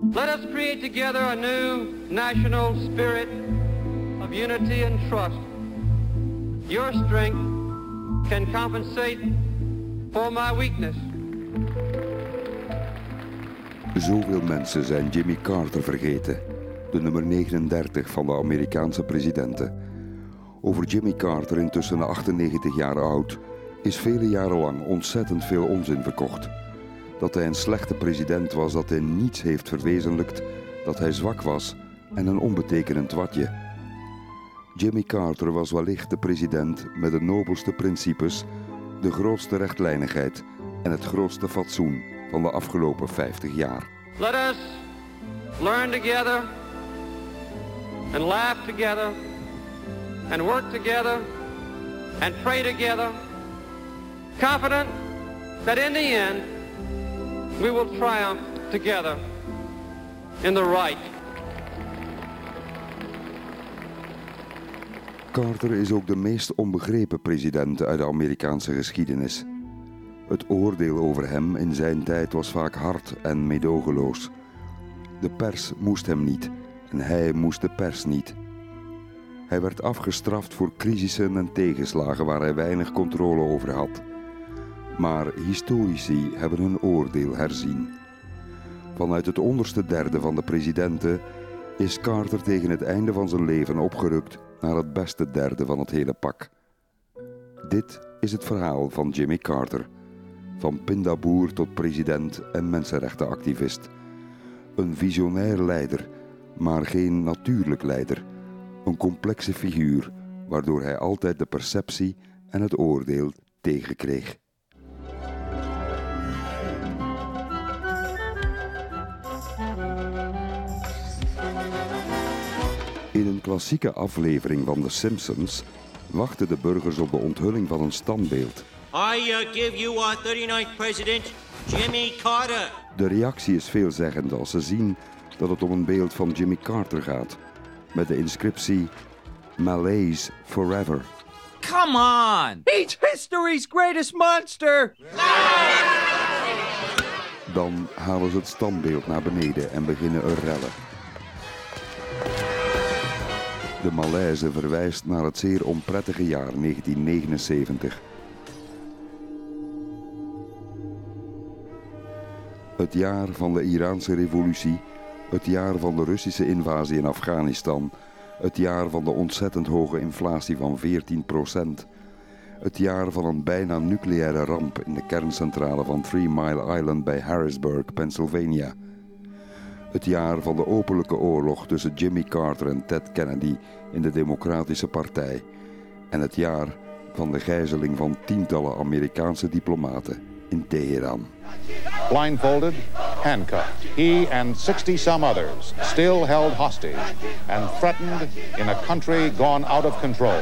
Let us create together a new national spirit of unity and trust. Your strength can compensate for my weakness. Zoveel mensen zijn Jimmy Carter vergeten, de nummer 39 van de Amerikaanse presidenten. Over Jimmy Carter, intussen 98 jaar oud, is vele jaren lang ontzettend veel onzin verkocht. Dat hij een slechte president was, dat hij niets heeft verwezenlijkt, dat hij zwak was en een onbetekenend watje. Jimmy Carter was wellicht de president met de nobelste principes, de grootste rechtlijnigheid en het grootste fatsoen van de afgelopen 50 jaar. Let us learn together and laugh together and work together and pray together, confident that in the end we will triumph together in the right. Carter is ook de meest onbegrepen president uit de Amerikaanse geschiedenis. Het oordeel over hem in zijn tijd was vaak hard en meedogenloos. De pers moest hem niet en hij moest de pers niet. Hij werd afgestraft voor crisissen en tegenslagen waar hij weinig controle over had. Maar historici hebben hun oordeel herzien. Vanuit het onderste derde van de presidenten is Carter tegen het einde van zijn leven opgerukt naar het beste derde van het hele pak. Dit is het verhaal van Jimmy Carter. Van pindaboer tot president en mensenrechtenactivist. Een visionair leider, maar geen natuurlijk leider. Een complexe figuur, waardoor hij altijd de perceptie en het oordeel tegenkreeg. In een klassieke aflevering van The Simpsons wachten de burgers op de onthulling van een standbeeld. I give you our 39th president, Jimmy Carter. De reactie is veelzeggend als ze zien dat het om een beeld van Jimmy Carter gaat, met de inscriptie Malaise Forever. Come on! He's history's greatest monster! Dan halen ze het standbeeld naar beneden en beginnen er rellen. De malaise verwijst naar het zeer onprettige jaar 1979. Het jaar van de Iraanse revolutie, het jaar van de Russische invasie in Afghanistan, het jaar van de ontzettend hoge inflatie van 14%, het jaar van een bijna nucleaire ramp in de kerncentrale van 3 Mile Island bij Harrisburg, Pennsylvania. Het jaar van de openlijke oorlog tussen Jimmy Carter en Ted Kennedy in de Democratische Partij. En het jaar van de gijzeling van tientallen Amerikaanse diplomaten in Teheran. Blindfolded, handcuffed, he and 60-some others still held hostage and threatened in a country gone out of control.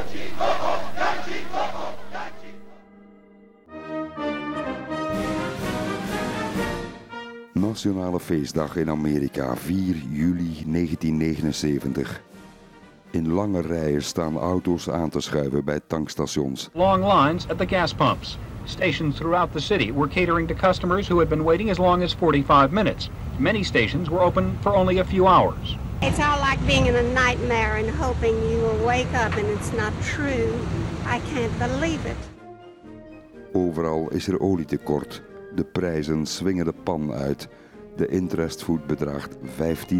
Nationale feestdag in Amerika, 4 juli 1979. In lange rijen staan auto's aan te schuiven bij tankstations. Long lines at the gas pumps. Stations throughout the city were catering to customers who had been waiting as long as 45 minutes. Many stations were open for only a few hours. It's all like being in a nightmare and hoping you will wake up and it's not true. I can't believe it. Overal is er olietekort. De prijzen swingen de pan uit. De interestvoet bedraagt 15%.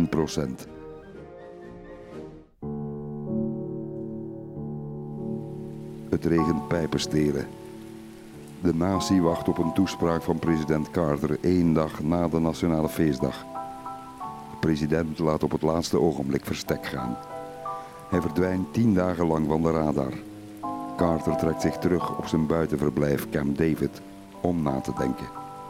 Het regent pijpenstelen. De natie wacht op een toespraak van president Carter 1 dag na de nationale feestdag. De president laat op het laatste ogenblik verstek gaan. Hij verdwijnt 10 dagen lang van de radar. Carter trekt zich terug op zijn buitenverblijf Camp David om na te denken.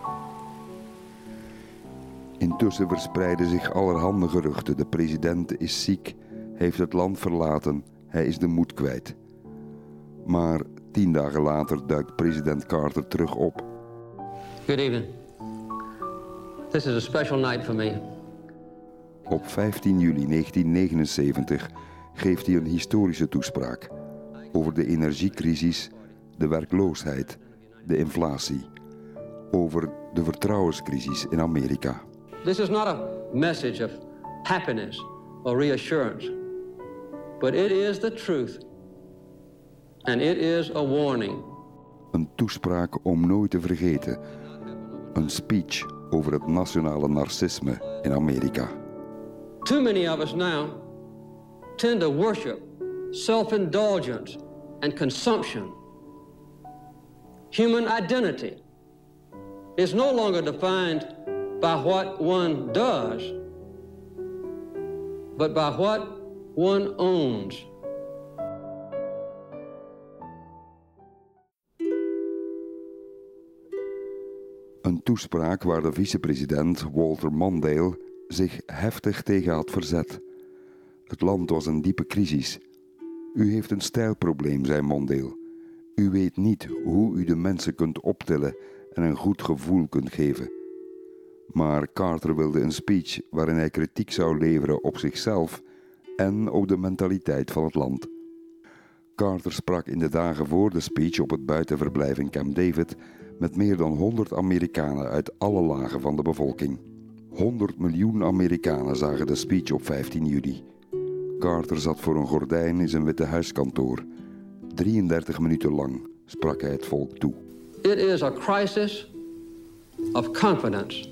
Intussen verspreiden zich allerhande geruchten. De president is ziek, heeft het land verlaten, hij is de moed kwijt. Maar 10 dagen later duikt president Carter terug op. Good evening. This is a special night for me. Op 15 juli 1979 geeft hij een historische toespraak over de energiecrisis, de werkloosheid, de inflatie, over de vertrouwenscrisis in Amerika. This is not a message of happiness or reassurance, but it is the truth, and it is a warning. Een toespraak om nooit te vergeten. Een speech over het nationale narcisme in Amerika. Too many of us now tend to worship self-indulgence and consumption. Human identity is no longer defined by what one does, but by what one owns. Een toespraak waar de vicepresident Walter Mondale zich heftig tegen had verzet. Het land was in diepe crisis. U heeft een stijlprobleem, zei Mondale. U weet niet hoe u de mensen kunt optillen en een goed gevoel kunt geven. Maar Carter wilde een speech waarin hij kritiek zou leveren op zichzelf en op de mentaliteit van het land. Carter sprak in de dagen voor de speech op het buitenverblijf in Camp David met meer dan 100 Amerikanen uit alle lagen van de bevolking. 100 miljoen Amerikanen zagen de speech op 15 juli. Carter zat voor een gordijn in zijn Witte Huiskantoor. 33 minuten lang sprak hij het volk toe. It is a crisis of confidence.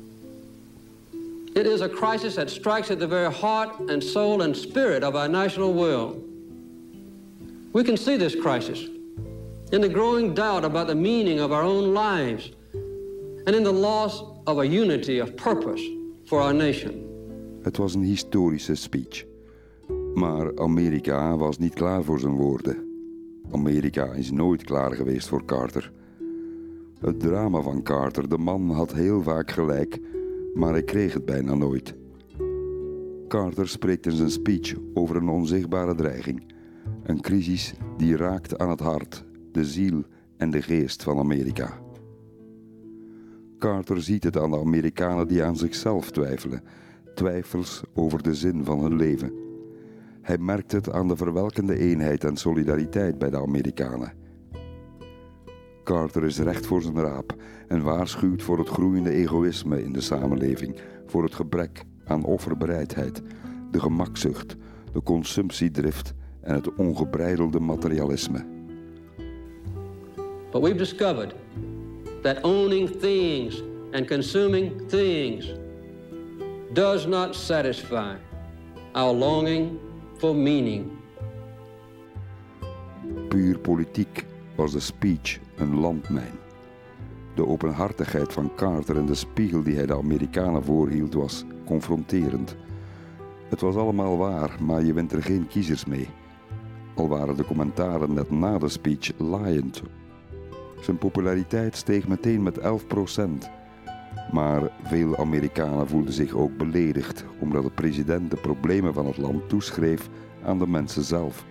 It is a crisis that strikes at the very heart and soul and spirit of our national will. We can see this crisis in the growing doubt about the meaning of our own lives and in the loss of a unity of purpose for our nation. Het was een historische speech. Maar Amerika was niet klaar voor zijn woorden. Amerika is nooit klaar geweest voor Carter. Het drama van Carter, de man had heel vaak gelijk, maar hij kreeg het bijna nooit. Carter spreekt in zijn speech over een onzichtbare dreiging. Een crisis die raakt aan het hart, de ziel en de geest van Amerika. Carter ziet het aan de Amerikanen die aan zichzelf twijfelen, twijfels over de zin van hun leven. Hij merkt het aan de verwelkende eenheid en solidariteit bij de Amerikanen. Carter is recht voor zijn raap en waarschuwt voor het groeiende egoïsme in de samenleving, voor het gebrek aan offerbereidheid, de gemakzucht, de consumptiedrift en het ongebreidelde materialisme. But we've discovered that owning things and consuming things does not satisfy our longing for meaning. Puur politiek was de speech een landmijn. De openhartigheid van Carter en de spiegel die hij de Amerikanen voorhield was confronterend. Het was allemaal waar, maar je wint er geen kiezers mee. Al waren de commentaren net na de speech laaiend. Zijn populariteit steeg meteen met 11%. Maar veel Amerikanen voelden zich ook beledigd, omdat de president de problemen van het land toeschreef aan de mensen zelf.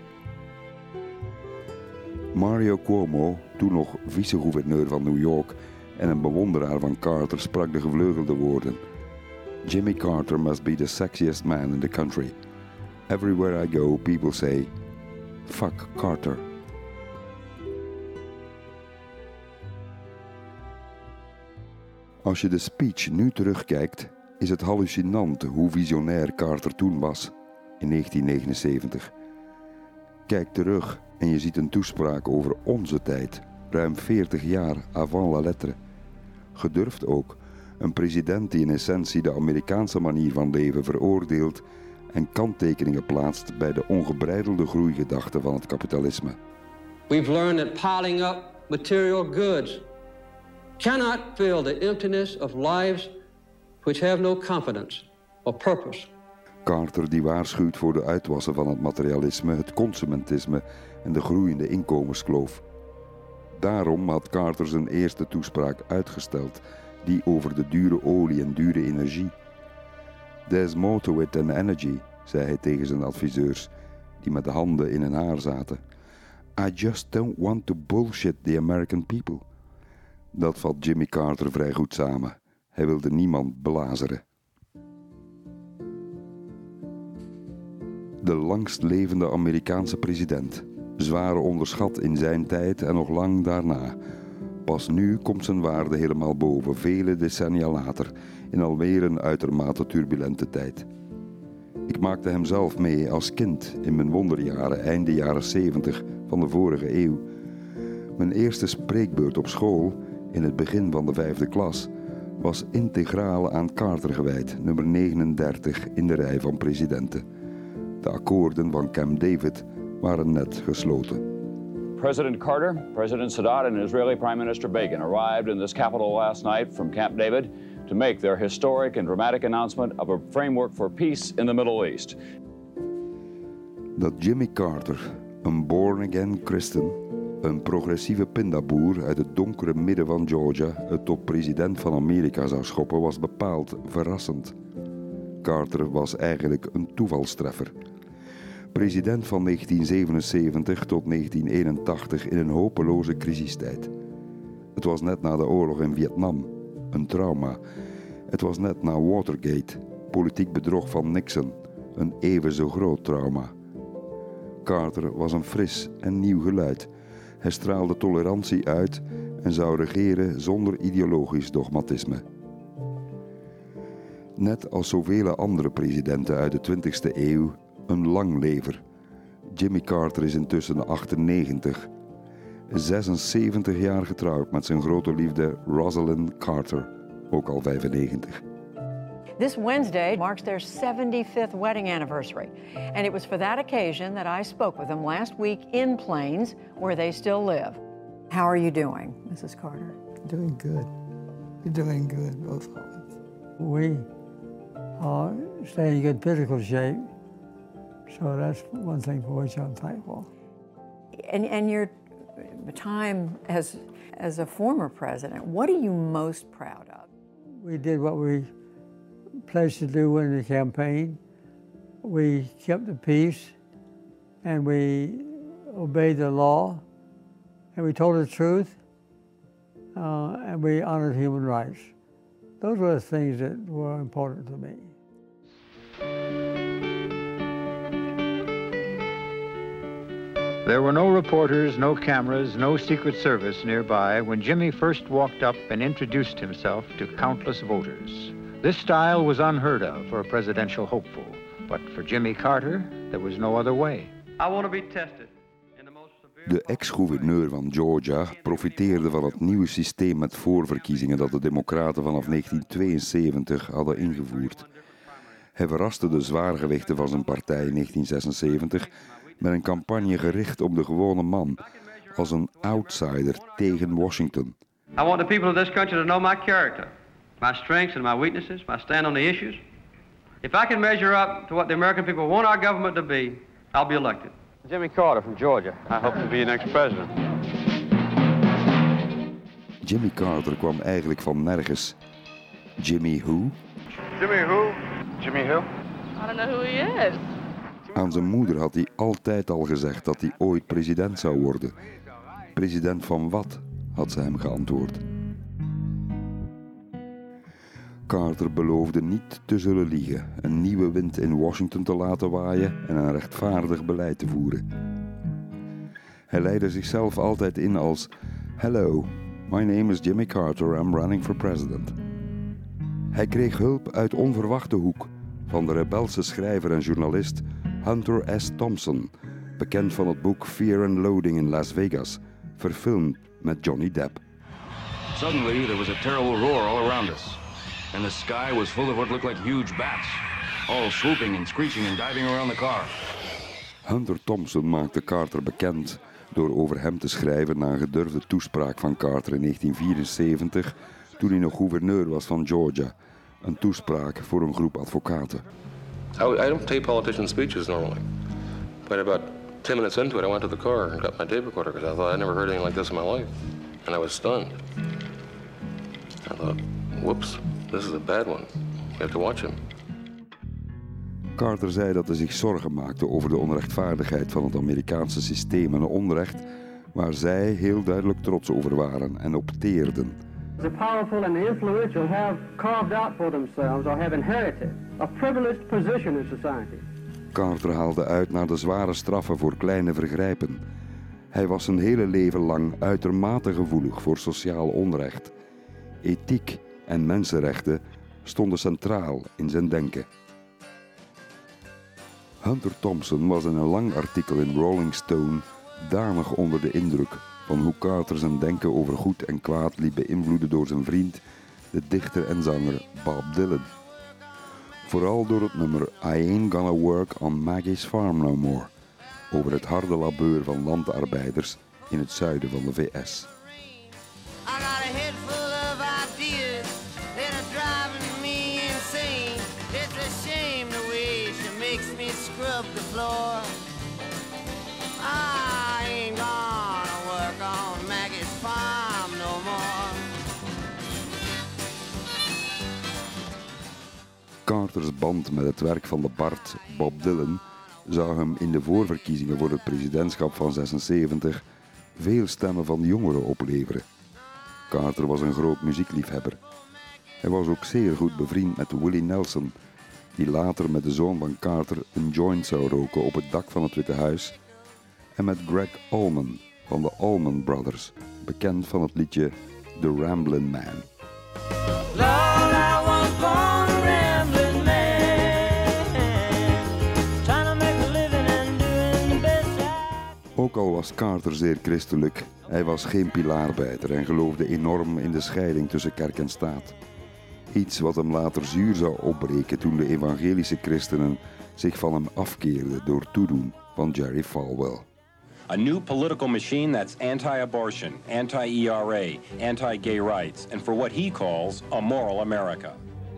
Mario Cuomo, toen nog vice-gouverneur van New York en een bewonderaar van Carter, sprak de gevleugelde woorden: Jimmy Carter must be the sexiest man in the country. Everywhere I go, people say, fuck Carter. Als je de speech nu terugkijkt, is het hallucinant hoe visionair Carter toen was, in 1979. Kijk terug en je ziet een toespraak over onze tijd, ruim 40 jaar avant la lettre. Gedurfd ook, een president die in essentie de Amerikaanse manier van leven veroordeelt en kanttekeningen plaatst bij de ongebreidelde groeigedachte van het kapitalisme. We've learned that piling up material goods cannot fill the emptiness of lives which have no confidence or purpose. Carter die waarschuwt voor de uitwassen van het materialisme, het consumentisme en de groeiende inkomenskloof. Daarom had Carter zijn eerste toespraak uitgesteld, die over de dure olie en dure energie. There's more to it than energy, zei hij tegen zijn adviseurs, die met de handen in hun haar zaten. I just don't want to bullshit the American people. Dat vat Jimmy Carter vrij goed samen. Hij wilde niemand belazeren. De langst levende Amerikaanse president. Zwaar onderschat in zijn tijd en nog lang daarna. Pas nu komt zijn waarde helemaal boven, vele decennia later, in alweer een uitermate turbulente tijd. Ik maakte hem zelf mee als kind in mijn wonderjaren, einde jaren 70 van de vorige eeuw. Mijn eerste spreekbeurt op school, in het begin van de 5e klas, was integraal aan Carter gewijd, nummer 39 in de rij van presidenten. De akkoorden van Camp David waren net gesloten. President Carter, President Sadat and Israeli Prime Minister Begin arrived in this capital last night from Camp David to make their historic and dramatic announcement of a framework for peace in the Middle East. Dat Jimmy Carter, een born-again christen, een progressieve pindaboer uit het donkere midden van Georgia, het tot president van Amerika zou schoppen, was bepaald verrassend. Carter was eigenlijk een toevalstreffer. President van 1977 tot 1981 in een hopeloze crisistijd. Het was net na de oorlog in Vietnam, een trauma. Het was net na Watergate, politiek bedrog van Nixon, een even zo groot trauma. Carter was een fris en nieuw geluid. Hij straalde tolerantie uit en zou regeren zonder ideologisch dogmatisme. Net als zoveel andere presidenten uit de 20e eeuw, een langlever. Jimmy Carter is intussen 98, 76 jaar getrouwd met zijn grote liefde Rosalind Carter, ook al 95. This Wednesday marks their 75th wedding anniversary, and it was for that occasion that I spoke with them last week in Plains, where they still live. How are you doing, Mrs. Carter? Doing good. You're doing good, both of us. We stay in good physical shape, so that's one thing for which I'm thankful. And your time as a former president, what are you most proud of? We did what we pledged to do in the campaign. We kept the peace, and we obeyed the law, and we told the truth, and we honored human rights. Those were the things that were important to me. There were no reporters, no cameras, no Secret Service nearby when Jimmy first walked up and introduced himself to countless voters. This style was unheard of for a presidential hopeful, but for Jimmy Carter, there was no other way. I want to be tested. De ex-gouverneur van Georgia profiteerde van het nieuwe systeem met voorverkiezingen dat de Democraten vanaf 1972 hadden ingevoerd. Hij verraste de zwaargewichten van zijn partij in 1976 met een campagne gericht op de gewone man, als een outsider tegen Washington. I want the people of this country to know my character, my strengths and my weaknesses, my stand on the issues. If I can measure up to what the American people want our government to be, I'll be elected. Jimmy Carter from Georgia. I hope to be your next president. Jimmy Carter kwam eigenlijk van nergens. Jimmy who? Jimmy who? Jimmy who? I don't know who he is. Aan zijn moeder had hij altijd al gezegd dat hij ooit president zou worden. President van wat, had ze hem geantwoord. Carter beloofde niet te zullen liegen, een nieuwe wind in Washington te laten waaien en een rechtvaardig beleid te voeren. Hij leidde zichzelf altijd in als: Hello, my name is Jimmy Carter, I'm running for president. Hij kreeg hulp uit onverwachte hoek van de rebelse schrijver en journalist Hunter S. Thompson, bekend van het boek Fear and Loathing in Las Vegas, verfilmd met Johnny Depp. Suddenly there was a terrible roar all around us. And the sky was full of what looked like huge bats, all swooping and screeching and diving around the car. Hunter Thompson maakte Carter bekend door over hem te schrijven na een gedurfde toespraak van Carter in 1974, toen hij nog gouverneur was van Georgia. Een toespraak voor een groep advocaten. I don't tape politicians' speeches normally, but about 10 minutes into it, I went to the car and got my tape recorder because I thought I'd never heard anything like this in my life, and I was stunned. I thought, whoops. This is a bad one. You have to watch him. Carter zei dat hij zich zorgen maakte over de onrechtvaardigheid van het Amerikaanse systeem, een onrecht waar zij heel duidelijk trots over waren en op teerden. The powerful and the influential have carved out for themselves or have inherited a privileged position in society. Carter haalde uit naar de zware straffen voor kleine vergrijpen. Hij was zijn hele leven lang uitermate gevoelig voor sociaal onrecht. Ethiek en mensenrechten stonden centraal in zijn denken. Hunter Thompson was in een lang artikel in Rolling Stone danig onder de indruk van hoe Carter zijn denken over goed en kwaad liet beïnvloeden door zijn vriend, de dichter en zanger Bob Dylan. Vooral door het nummer I Ain't Gonna Work on Maggie's Farm No More, over het harde labeur van landarbeiders in het zuiden van de VS. Carter's band met het werk van de Bard, Bob Dylan, zou hem in de voorverkiezingen voor het presidentschap van 76 veel stemmen van jongeren opleveren. Carter was een groot muziekliefhebber. Hij was ook zeer goed bevriend met Willie Nelson, die later met de zoon van Carter een joint zou roken op het dak van het Witte Huis, en met Greg Allman van de Allman Brothers, bekend van het liedje The Ramblin' Man. Lord, I was born a rambling man, trying to make a living and doing the best I... Ook al was Carter zeer christelijk, hij was geen pilaarbijter en geloofde enorm in de scheiding tussen kerk en staat. Iets wat hem later zuur zou opbreken toen de evangelische christenen zich van hem afkeerden door toedoen van Jerry Falwell. A new political machine that's anti-abortion, anti-ERA, anti-gay rights, and for what he calls a moral America.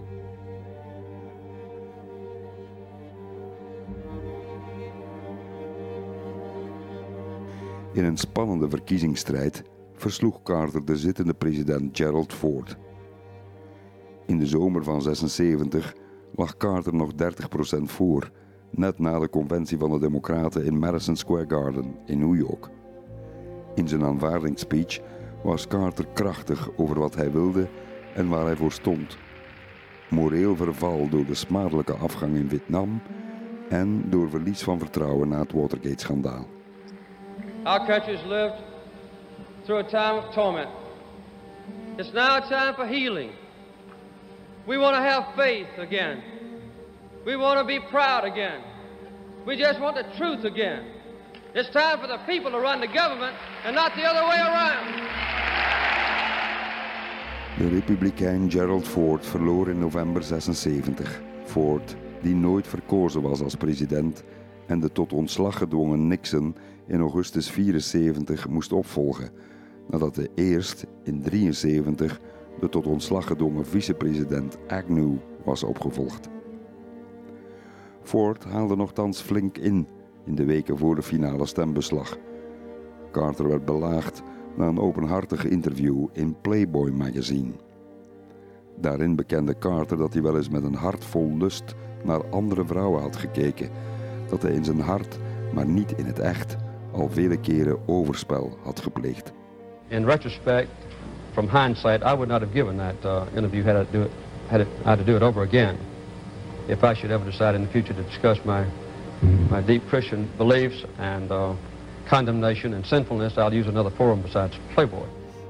In een spannende verkiezingsstrijd versloeg Carter de zittende president Gerald Ford. In de zomer van 76 lag Carter nog 30% voor, net na de conventie van de Democraten in Madison Square Garden in New York. In zijn aanvaardingsspeech was Carter krachtig over wat hij wilde en waar hij voor stond. Moreel verval door de smadelijke afgang in Vietnam en door verlies van vertrouwen na het Watergate-schandaal. Our country has lived through a time of torment. It's now a time for healing. We want to have faith again. We want to be proud again. We just want the truth again. It's time for the people to run the government and not the other way around. De republikein Gerald Ford verloor in november 76. Ford, die nooit verkozen was als president en de tot ontslag gedwongen Nixon in augustus 74 moest opvolgen, nadat hij eerst in 73 de tot ontslag gedwongen vicepresident Agnew was opgevolgd. Ford haalde nochtans flink in de weken voor de finale stembeslag. Carter werd belaagd na een openhartig interview in Playboy magazine. Daarin bekende Carter dat hij wel eens met een hart vol lust naar andere vrouwen had gekeken, dat hij in zijn hart, maar niet in het echt, al vele keren overspel had gepleegd. In retrospect, from hindsight, I would not have given that interview had I to do it over again. If I should ever decide in the future to discuss my deep Christian beliefs and condemnation and sinfulness, I'll use another forum besides Playboy.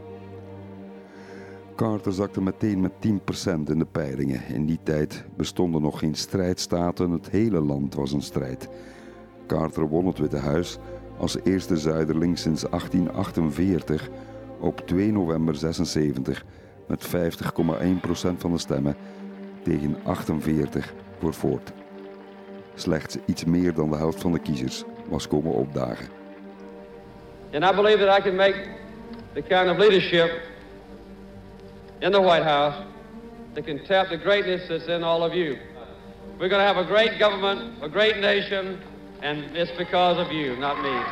Carter zakte meteen met 10% in de peilingen. In die tijd bestonden nog geen strijdstaten, het hele land was een strijd. Carter won het Witte Huis als eerste Zuiderling sinds 1848 op 2 november 76 met 50,1% van de stemmen tegen 48 voor Ford. Slechts iets meer dan de helft van de kiezers was komen opdagen. And I believe that I can make the kind of leadership in the White House that can tap the greatness that's in all of you. We're going to have a great government, a great nation, and it's because of you, not me.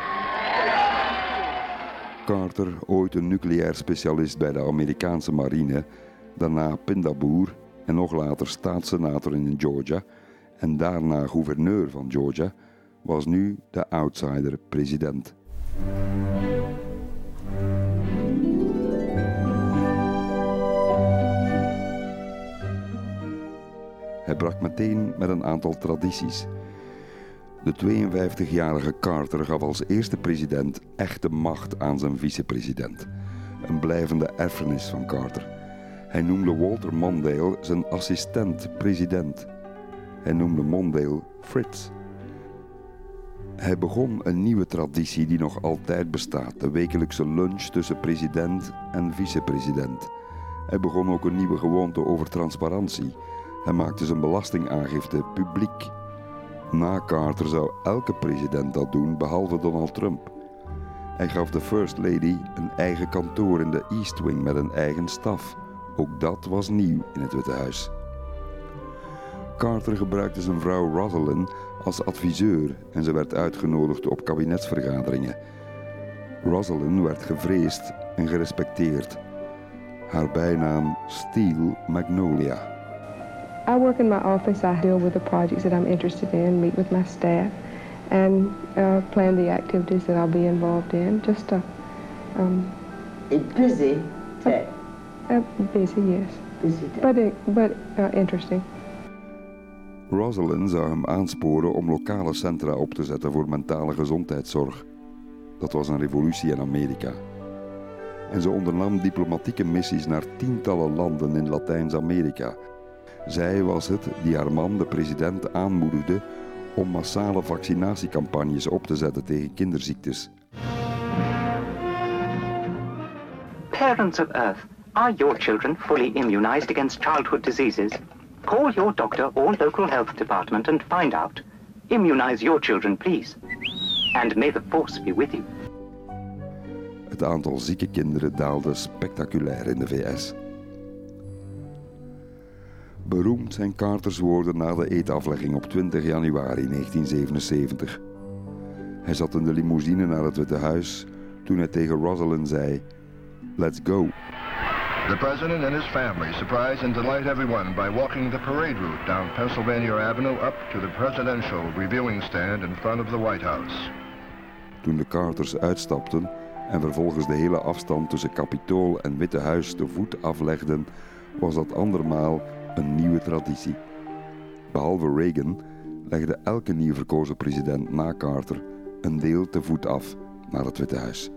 Carter, ooit een nucleair specialist bij de Amerikaanse marine, daarna pindaboer en nog later staatssenator in Georgia en daarna gouverneur van Georgia, was nu de outsider-president. Hij brak meteen met een aantal tradities. De 52-jarige Carter gaf als eerste president echte macht aan zijn vicepresident. Een blijvende erfenis van Carter. Hij noemde Walter Mondale zijn assistent-president. Hij noemde Mondale Fritz. Hij begon een nieuwe traditie die nog altijd bestaat, de wekelijkse lunch tussen president en vicepresident. Hij begon ook een nieuwe gewoonte over transparantie. Hij maakte zijn belastingaangifte publiek. Na Carter zou elke president dat doen, behalve Donald Trump. Hij gaf de First Lady een eigen kantoor in de East Wing met een eigen staf. Ook dat was nieuw in het Witte Huis. Carter gebruikte zijn vrouw Rosalind als adviseur en ze werd uitgenodigd op kabinetsvergaderingen. Rosalind werd gevreesd en gerespecteerd. Haar bijnaam Steel Magnolia. I work in my office. I deal with the projects that I'm interested in, meet with my staff, and plan the activities that I'll be involved in. Just a busy day. Busy, yes. Busy day. But interesting. Rosalind zou hem aansporen om lokale centra op te zetten voor mentale gezondheidszorg. Dat was een revolutie in Amerika. En ze ondernam diplomatieke missies naar tientallen landen in Latijns-Amerika. Zij was het die haar man, de president, aanmoedigde om massale vaccinatiecampagnes op te zetten tegen kinderziektes. Parents of Earth, are your children fully immunized against childhood diseases? Call your doctor or local health department and find out. Immunize your children, please. And may the force be with you. Het aantal zieke kinderen daalde spectaculair in de VS. Beroemd zijn Carters woorden na de eedaflegging op 20 januari 1977. Hij zat in de limousine naar het Witte Huis toen hij tegen Rosalind zei: "Let's go." The president and his family surprise and delight everyone by walking the parade route down Pennsylvania Avenue up to the presidential reviewing stand in front of the White House. Toen de Carters uitstapten en vervolgens de hele afstand tussen Capitool en Witte Huis te voet aflegden, was dat andermaal een nieuwe traditie. Behalve Reagan legde elke nieuw verkozen president na Carter een deel te voet af naar het Witte Huis.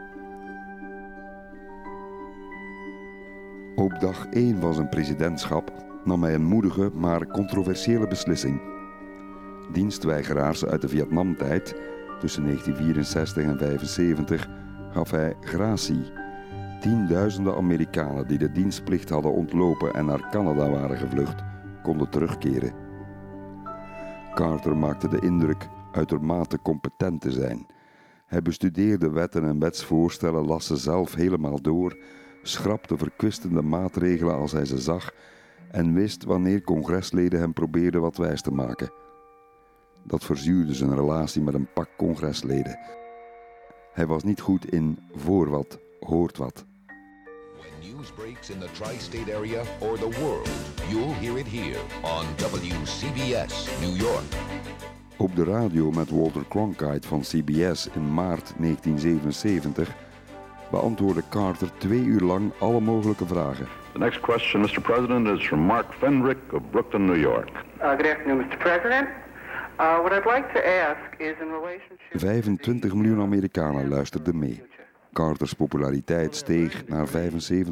Op dag 1 van zijn presidentschap nam hij een moedige, maar controversiële beslissing. Dienstweigeraars uit de Vietnamtijd, tussen 1964 en 1975, gaf hij gratie. Tienduizenden Amerikanen die de dienstplicht hadden ontlopen en naar Canada waren gevlucht, konden terugkeren. Carter maakte de indruk uitermate competent te zijn. Hij bestudeerde wetten en wetsvoorstellen, las ze zelf helemaal door, schrapte verkwistende maatregelen als hij ze zag en wist wanneer congresleden hem probeerden wat wijs te maken. Dat verzuurde zijn relatie met een pak congresleden. Hij was niet goed in voor wat, hoort wat. When news breaks in the tri-state area or the world, you'll hear it here on WCBS New York. Op de radio met Walter Cronkite van CBS in maart 1977 beantwoordde Carter 2 uur lang alle mogelijke vragen. The next question, Mr. President, is from Mark Fendrick of Brooklyn, New York. Good afternoon, Mr. President. What I'd like to ask is in relationship... 25 miljoen Amerikanen luisterden mee. Carters populariteit steeg naar 75%.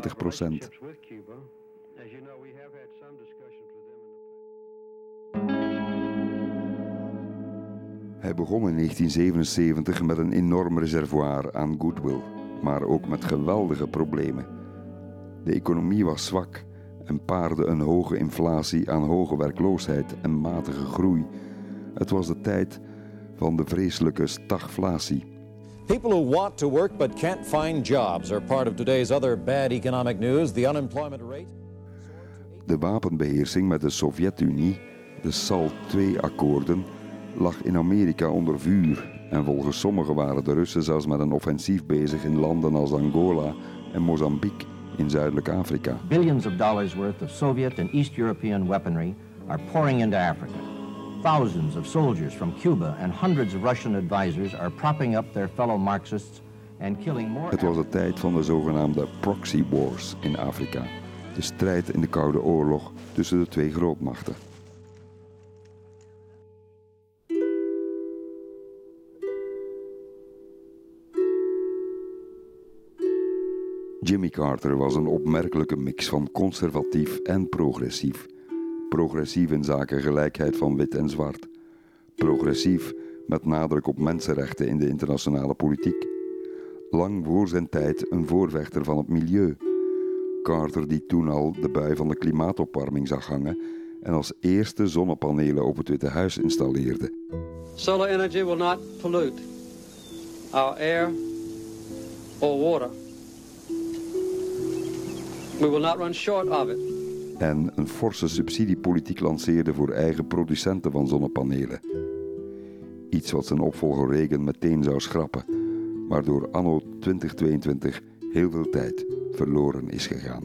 Hij begon in 1977 met een enorm reservoir aan goodwill, maar ook met geweldige problemen. De economie was zwak en paarde een hoge inflatie aan hoge werkloosheid en matige groei. Het was de tijd van de vreselijke stagflatie. People who want to work but can't find jobs are part of today's other bad economic news. The unemployment rate. De wapenbeheersing met de Sovjet-Unie, de SALT II-akkoorden, lag in Amerika onder vuur. En volgens sommigen waren de Russen zelfs met een offensief bezig in landen als Angola en Mozambique in Zuidelijk Afrika. Billions of dollars worth of Soviet and East European weaponry are pouring into Africa. Thousands of soldiers from Cuba and hundreds of Russian advisors are propping up their fellow Marxists and killing more. Het was de tijd van de zogenaamde proxy wars in Afrika. De strijd in de Koude Oorlog tussen de 2 grootmachten. Jimmy Carter was een opmerkelijke mix van conservatief en progressief. Progressief in zaken gelijkheid van wit en zwart. Progressief met nadruk op mensenrechten in de internationale politiek. Lang voor zijn tijd een voorvechter van het milieu. Carter die toen al de bui van de klimaatopwarming zag hangen en als eerste zonnepanelen op het Witte Huis installeerde. Solar energy will not pollute our air or water. We will not run short of it. En een forse subsidiepolitiek lanceerde voor eigen producenten van zonnepanelen. Iets wat zijn opvolger Reagan meteen zou schrappen, waardoor anno 2022 heel veel tijd verloren is gegaan.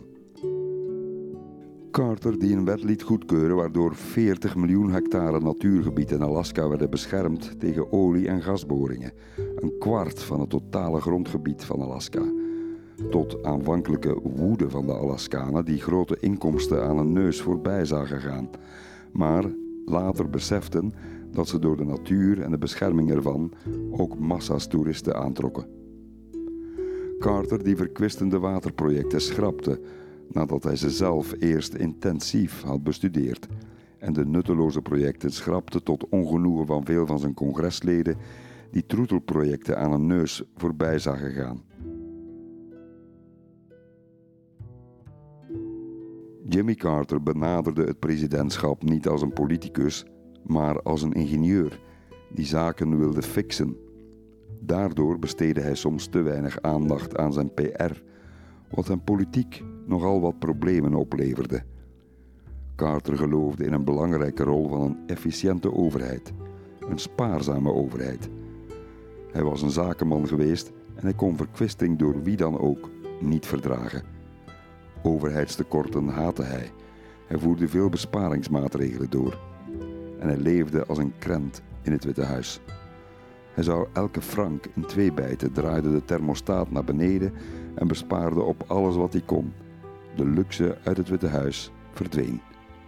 Carter die een wet liet goedkeuren waardoor 40 miljoen hectare natuurgebied in Alaska werden beschermd tegen olie- en gasboringen. Een kwart van het totale grondgebied van Alaska. Tot aanvankelijke woede van de Alaskanen die grote inkomsten aan hun neus voorbij zagen gaan. Maar later beseften dat ze door de natuur en de bescherming ervan ook massa's toeristen aantrokken. Carter die verkwistende waterprojecten schrapte nadat hij ze zelf eerst intensief had bestudeerd en de nutteloze projecten schrapte tot ongenoegen van veel van zijn congresleden die troetelprojecten aan hun neus voorbij zagen gaan. Jimmy Carter benaderde het presidentschap niet als een politicus, maar als een ingenieur die zaken wilde fixen. Daardoor besteedde hij soms te weinig aandacht aan zijn PR, wat hem politiek nogal wat problemen opleverde. Carter geloofde in een belangrijke rol van een efficiënte overheid, een spaarzame overheid. Hij was een zakenman geweest en hij kon verkwisting door wie dan ook niet verdragen. Overheidstekorten haatte hij. Hij voerde veel besparingsmaatregelen door. En hij leefde als een krent in het Witte Huis. Hij zou elke frank in 2 bijten, draaide de thermostaat naar beneden en bespaarde op alles wat hij kon. De luxe uit het Witte Huis verdween.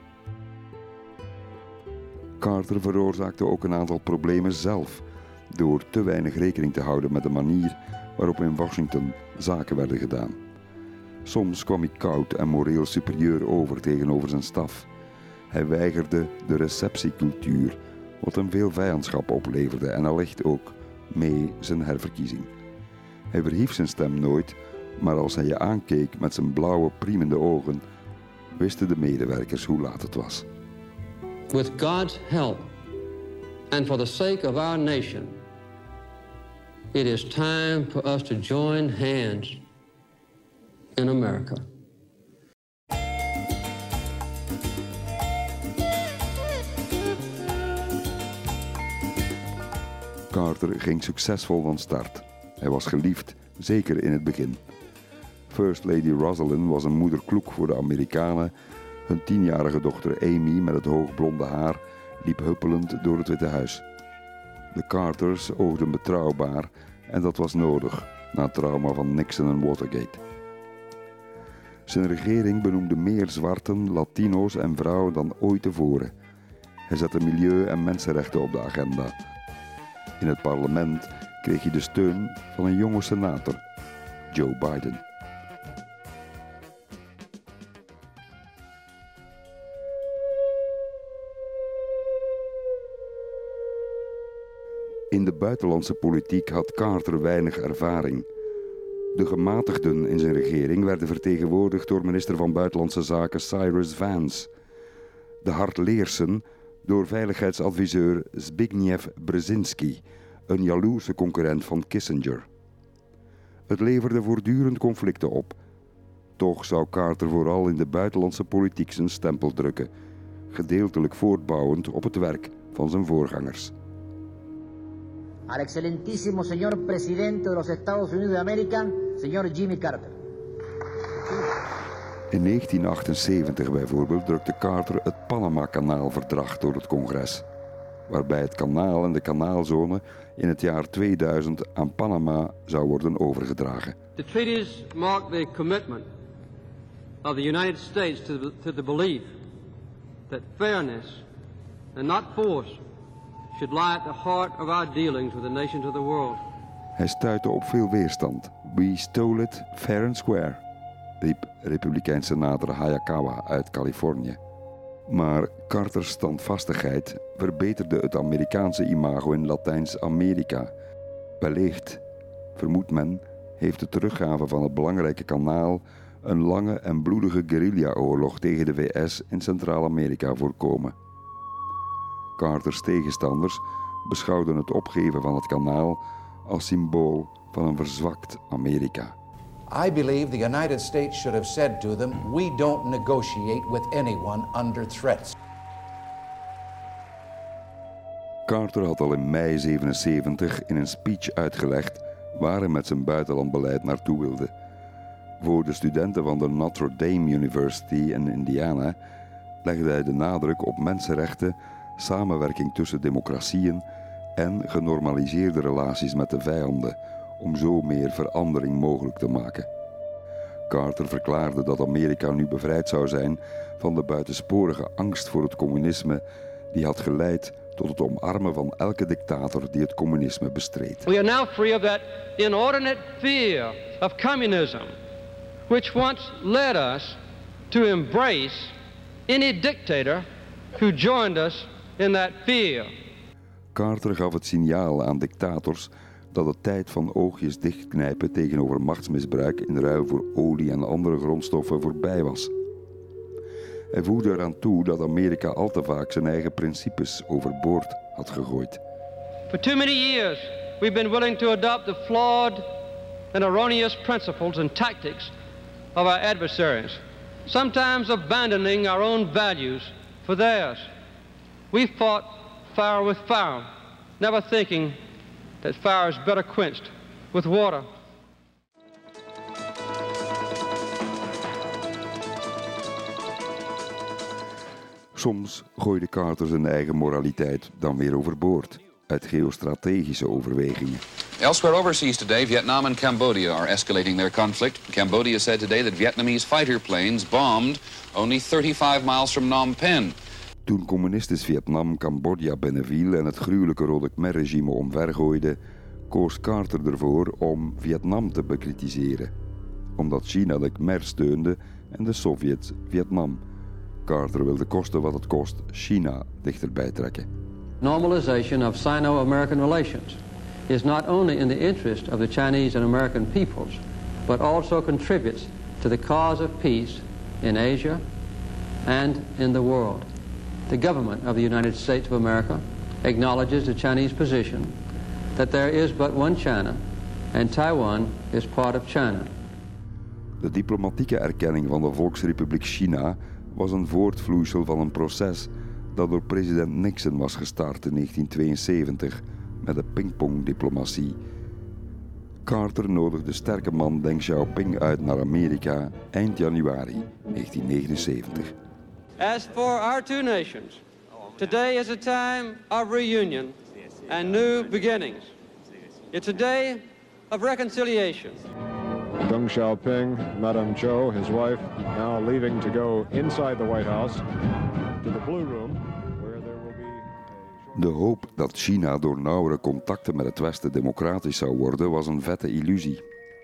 Carter veroorzaakte ook een aantal problemen zelf, door te weinig rekening te houden met de manier waarop in Washington zaken werden gedaan. Soms kwam hij koud en moreel superieur over tegenover zijn staf. Hij weigerde de receptiecultuur, wat hem veel vijandschap opleverde en allicht ook mee zijn herverkiezing. Hij verhief zijn stem nooit, maar als hij je aankeek met zijn blauwe, priemende ogen, wisten de medewerkers hoe laat het was. With God's help and for the sake of our nation, it is time for us to join hands in America. Carter ging succesvol van start. Hij was geliefd, zeker in het begin. First Lady Rosalind was een moeder kloek voor de Amerikanen. Hun 10-jarige dochter Amy met het hoogblonde haar liep huppelend door het Witte Huis. De Carters oogden betrouwbaar en dat was nodig na het trauma van Nixon en Watergate. Zijn regering benoemde meer zwarten, Latino's en vrouwen dan ooit tevoren. Hij zette milieu en mensenrechten op de agenda. In het parlement kreeg hij de steun van een jonge senator, Joe Biden. In de buitenlandse politiek had Carter weinig ervaring. De gematigden in zijn regering werden vertegenwoordigd door minister van Buitenlandse Zaken Cyrus Vance. De hardleersen door veiligheidsadviseur Zbigniew Brzezinski, een jaloerse concurrent van Kissinger. Het leverde voortdurend conflicten op. Toch zou Carter vooral in de buitenlandse politiek zijn stempel drukken, gedeeltelijk voortbouwend op het werk van zijn voorgangers. Al excelentísimo señor presidente de los Estados Unidos de América, señor Jimmy Carter. In 1978 bijvoorbeeld drukte Carter het Panama-kanaalverdrag door het congres, waarbij het kanaal en de kanaalzone in het jaar 2000 aan Panama zou worden overgedragen. The treaties mark the commitment of the United States to the belief that fairness and not force should lie at the heart of our dealings with the nations of the world. Hij stuitte op veel weerstand. We stole it fair and square, riep republikeins senator Hayakawa uit Californië. Maar Carters standvastigheid verbeterde het Amerikaanse imago in Latijns-Amerika. Wellicht, vermoedt men, heeft de teruggave van het belangrijke kanaal een lange en bloedige guerrilla-oorlog tegen de VS in Centraal-Amerika voorkomen. Carters tegenstanders beschouwden het opgeven van het kanaal als symbool van een verzwakt Amerika. I believe the United States should have said to them, we don't negotiate with anyone under threats. Carter had al in mei 1977 in een speech uitgelegd waar hij met zijn buitenlandbeleid naartoe wilde. Voor de studenten van de Notre Dame University in Indiana legde hij de nadruk op mensenrechten, samenwerking tussen democratieën en genormaliseerde relaties met de vijanden, om zo meer verandering mogelijk te maken. Carter verklaarde dat Amerika nu bevrijd zou zijn van de buitensporige angst voor het communisme die had geleid tot het omarmen van elke dictator die het communisme bestreed. We are now free of that inordinate fear of communism, which once led us to embrace any dictator who joined us in that fear. Carter gaf het signaal aan dictators dat de tijd van oogjes dichtknijpen tegenover machtsmisbruik in ruil voor olie en andere grondstoffen voorbij was. Hij voegde eraan toe dat Amerika al te vaak zijn eigen principes overboord had gegooid. For too many years we've been willing to adopt the flawed and erroneous principles and tactics of our adversaries, sometimes abandoning our own values for theirs. We fought fire with fire, never thinking that fire is better quenched with water. Soms gooide Carter zijn eigen moraliteit dan weer overboord, uit geostrategische overwegingen. Elsewhere overseas today, Vietnam and Cambodia are escalating their conflict. Cambodia said today that Vietnamese fighter planes bombed only 35 miles from Phnom Penh. Toen communistisch Vietnam Cambodja binnenviel en het gruwelijke Rode Khmer-regime omvergooide, koos Carter ervoor om Vietnam te bekritiseren, omdat China de Khmer steunde en de Sovjets Vietnam. Carter wilde kosten wat het kost China dichterbij trekken. Normalization of Sino-American relations is not only in the interest of the Chinese and American peoples, but also contributes to the cause of peace in Asia and in the world. The government of the United States of America acknowledges the Chinese position that there is but one China and Taiwan is part of China. De diplomatieke erkenning van de Volksrepubliek China was een voortvloeisel van een proces dat door president Nixon was gestart in 1972 met de pingpongdiplomatie. Carter nodigde sterke man Deng Xiaoping uit naar Amerika eind januari 1979. As for our two nations, today is a time of reunion and new beginnings. It's a day of reconciliation. Deng Xiaoping, Madame Zhou, his wife, now leaving to go inside the White House to the Blue Room, where there will be... De hoop dat China door nauwere contacten met het Westen democratisch zou worden was een vette illusie.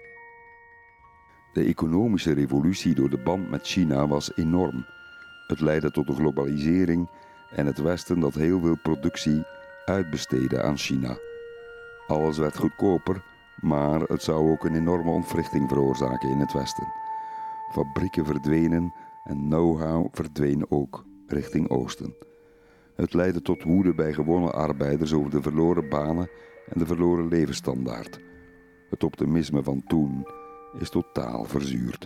De economische revolutie door de band met China was enorm. Het leidde tot de globalisering en het Westen dat heel veel productie uitbesteedde aan China. Alles werd goedkoper, maar het zou ook een enorme ontwrichting veroorzaken in het Westen. Fabrieken verdwenen en know-how verdween ook richting Oosten. Het leidde tot woede bij gewone arbeiders over de verloren banen en de verloren levensstandaard. Het optimisme van toen is totaal verzuurd.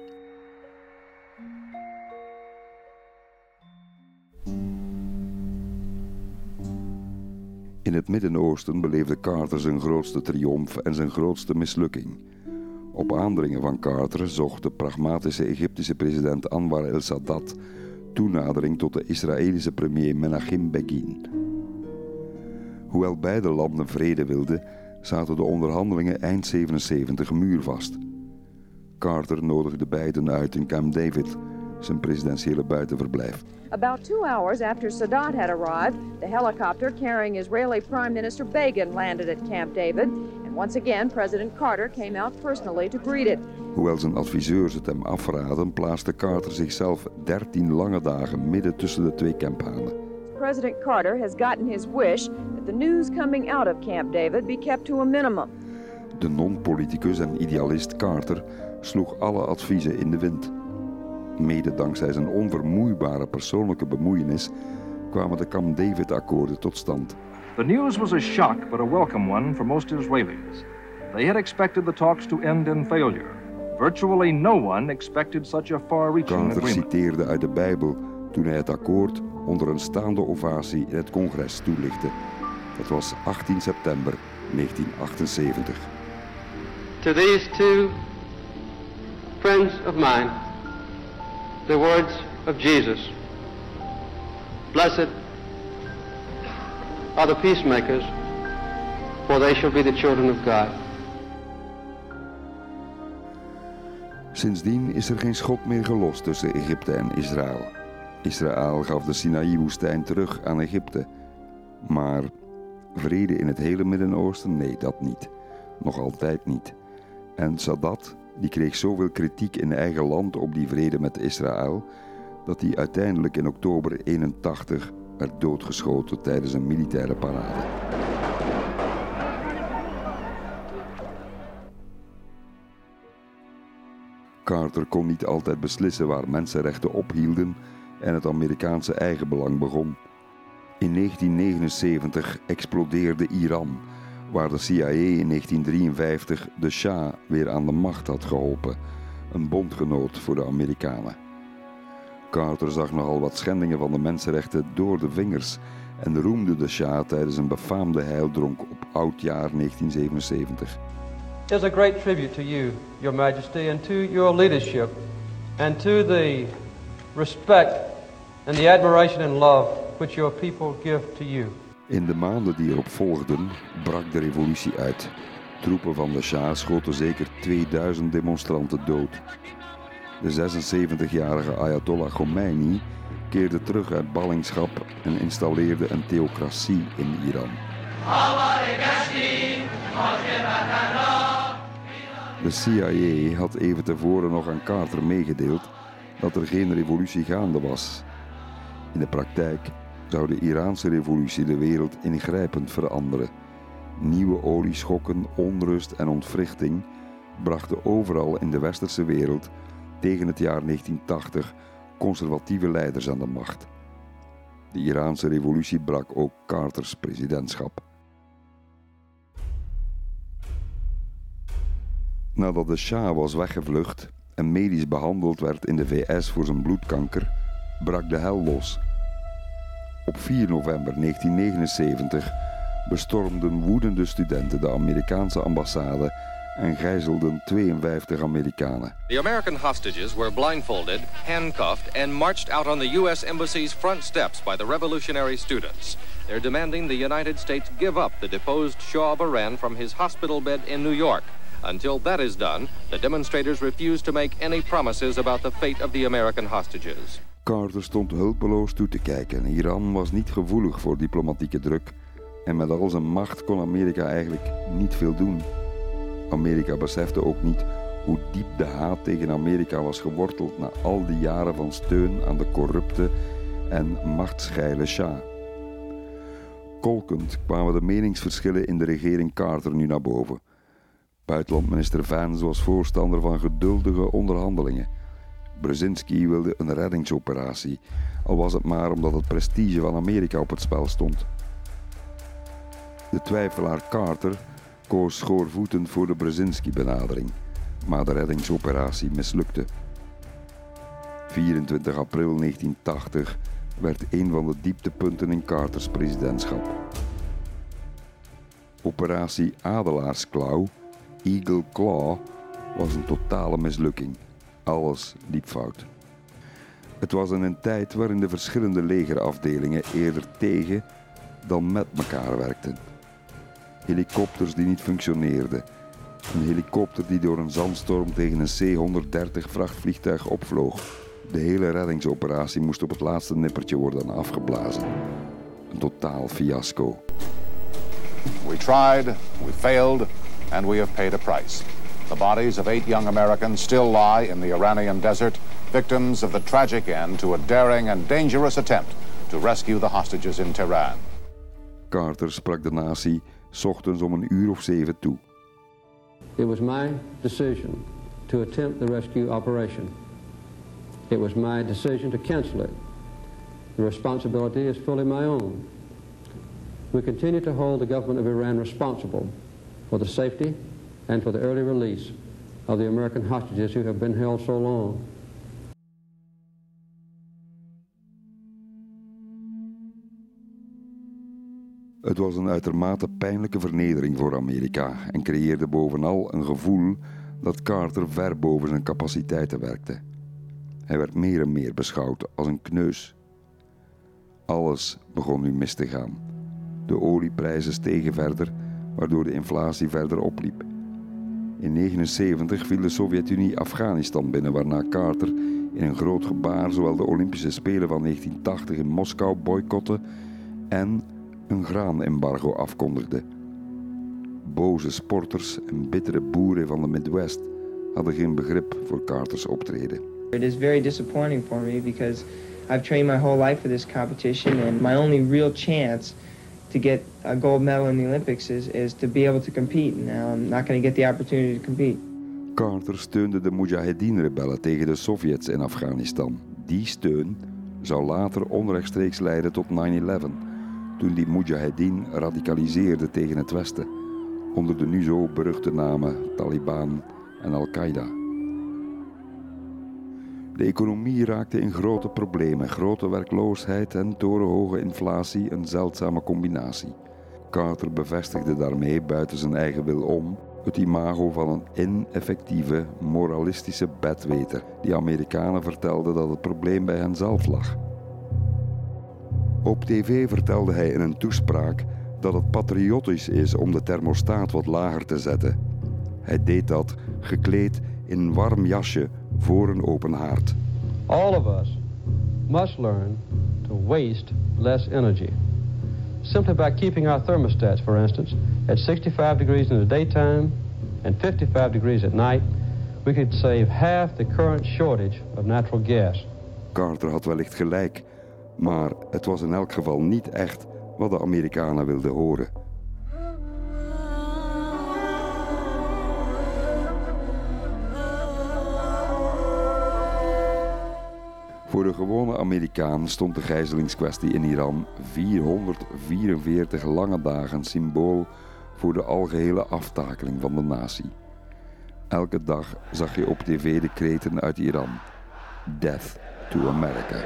In het Midden-Oosten beleefde Carter zijn grootste triomf en zijn grootste mislukking. Op aandringen van Carter zocht de pragmatische Egyptische president Anwar el-Sadat toenadering tot de Israëlische premier Menachem Begin. Hoewel beide landen vrede wilden, zaten de onderhandelingen eind 1977 muurvast. Carter nodigde beiden uit in Camp David, zijn presidentiële buitenverblijf. About 2 hours after Sadat had arrived, the helicopter carrying Israeli Prime Minister Begin landed at Camp David, and Once again, President Carter came out personally to greet it. Hoewel zijn adviseurs het hem afraden, plaatste Carter zichzelf 13 lange dagen midden tussen de twee kamphanen. President Carter has gotten his wish that the news coming out of Camp David be kept to a minimum. De non-politicus en idealist Carter sloeg alle adviezen in de wind. Mede dankzij zijn onvermoeibare persoonlijke bemoeienis kwamen de Camp David-akkoorden tot stand. The news was a shock, but a welcome one for most Israelis. They had expected the talks to end in failure. Virtually no one expected such a far-reaching Carter agreement. citeerde uit de Bijbel toen hij het akkoord onder een staande ovatie in het congres toelichtte. Dat was 18 september 1978. To these two friends of mine, the words of Jesus. Blessed are the peacemakers, for they shall be the children of God. Sindsdien is er geen schot meer gelost tussen Egypte en Israël. Israël gaf de Sinaï-woestijn terug aan Egypte. Maar vrede in het hele Midden-Oosten? Nee, dat niet. Nog altijd niet. En Sadat, die kreeg zoveel kritiek in eigen land op die vrede met Israël, dat hij uiteindelijk in oktober 81 werd doodgeschoten tijdens een militaire parade. Carter kon niet altijd beslissen waar mensenrechten ophielden en het Amerikaanse eigenbelang begon. In 1979 explodeerde Iran, waar de CIA in 1953 de Shah weer aan de macht had geholpen, een bondgenoot voor de Amerikanen. Carter zag nogal wat schendingen van de mensenrechten door de vingers en roemde de Shah tijdens een befaamde heildronk op oudjaar 1977. It is a great tribute to you, Your Majesty, and to your leadership, and to the respect and the admiration and love which your people give to you. In de maanden die erop volgden brak de revolutie uit. Troepen van de Shah schoten zeker 2000 demonstranten dood. De 76-jarige Ayatollah Khomeini keerde terug uit ballingschap en installeerde een theocratie in Iran. De CIA had even tevoren nog aan Carter meegedeeld dat er geen revolutie gaande was. In de praktijk zou de Iraanse revolutie de wereld ingrijpend veranderen. Nieuwe olieschokken, onrust en ontwrichting brachten overal in de westerse wereld tegen het jaar 1980 conservatieve leiders aan de macht. De Iraanse revolutie brak ook Carters presidentschap. Nadat de Shah was weggevlucht en medisch behandeld werd in de VS voor zijn bloedkanker, brak de hel los. Op 4 november 1979 bestormden woedende studenten de Amerikaanse ambassade en gijzelden 52 Amerikanen. The American hostages were blindfolded, handcuffed, and marched out on the U.S. Embassy's front steps by the revolutionary students. They're demanding the United States give up the deposed Shah of Iran from his hospital bed in New York. Until that is done, the demonstrators refuse to make any promises about the fate of the American hostages. Carter stond hulpeloos toe te kijken. Iran was niet gevoelig voor diplomatieke druk en met al zijn macht kon Amerika eigenlijk niet veel doen. Amerika besefte ook niet hoe diep de haat tegen Amerika was geworteld na al die jaren van steun aan de corrupte en machtsgeile Shah. Kolkend kwamen de meningsverschillen in de regering Carter nu naar boven. Buitenlandminister Vance was voorstander van geduldige onderhandelingen. Brzezinski wilde een reddingsoperatie, al was het maar omdat het prestige van Amerika op het spel stond. De twijfelaar Carter koos schoorvoetend voor de Brzezinski-benadering, maar de reddingsoperatie mislukte. 24 april 1980 werd een van de dieptepunten in Carters presidentschap. Operatie Adelaarsklauw, Eagle Claw, was een totale mislukking. Alles liep fout. Het was in een tijd waarin de verschillende legerafdelingen eerder tegen dan met elkaar werkten. Helikopters die niet functioneerden. Een helikopter die door een zandstorm tegen een C-130 vrachtvliegtuig opvloog. De hele reddingsoperatie moest op het laatste nippertje worden afgeblazen. Een totaal fiasco. We tried, we failed, and we have paid a price. The bodies of 8 young Americans still lie in the Iranian desert, victims of the tragic end to a daring and dangerous attempt to rescue the hostages in Tehran. Carter sprak de natie 's ochtends om 7:00 toe. It was my decision to attempt the rescue operation. It was my decision to cancel it. The responsibility is fully my own. We continue to hold the government of Iran responsible for the safety and for the early release of the American hostages who have been held so long. Het was een uitermate pijnlijke vernedering voor Amerika en creëerde bovenal een gevoel dat Carter ver boven zijn capaciteiten werkte. Hij werd meer en meer beschouwd als een kneus. Alles begon nu mis te gaan. De olieprijzen stegen verder, waardoor de inflatie verder opliep. In 1979 viel de Sovjet-Unie Afghanistan binnen, waarna Carter in een groot gebaar zowel de Olympische Spelen van 1980 in Moskou boycotte en een graanembargo afkondigde. Boze sporters en bittere boeren van de Midwest hadden geen begrip voor Carters optreden. It is very disappointing for me because I've trained my whole life for this competition, and my only real chance to get a gold medal in the Olympics is to be able to compete. Now I'm not going to get the opportunity to compete. Carter steunde de Mujahedin-rebellen tegen de Sovjets in Afghanistan. Die steun zou later onrechtstreeks leiden tot 9/11, toen die Mujahedin radicaliseerde tegen het Westen, onder de nu zo beruchte namen Taliban en Al-Qaeda. De economie raakte in grote problemen, grote werkloosheid en torenhoge inflatie een zeldzame combinatie. Carter bevestigde daarmee buiten zijn eigen wil om het imago van een ineffectieve, moralistische bedweter die Amerikanen vertelde dat het probleem bij hen zelf lag. Op tv vertelde hij in een toespraak dat het patriotisch is om de thermostaat wat lager te zetten. Hij deed dat gekleed in een warm jasje voor een open haard. All of us must learn to waste less energy. Simply by keeping our thermostats, for instance, at 65 degrees in the daytime and 55 degrees at night, we could save half the current shortage of natural gas. Carter had wellicht gelijk, maar het was in elk geval niet echt wat de Amerikanen wilden horen. Voor de gewone Amerikaan stond de gijzelingskwestie in Iran 444 lange dagen symbool voor de algehele aftakeling van de natie. Elke dag zag je op tv de kreten uit Iran. Death to America.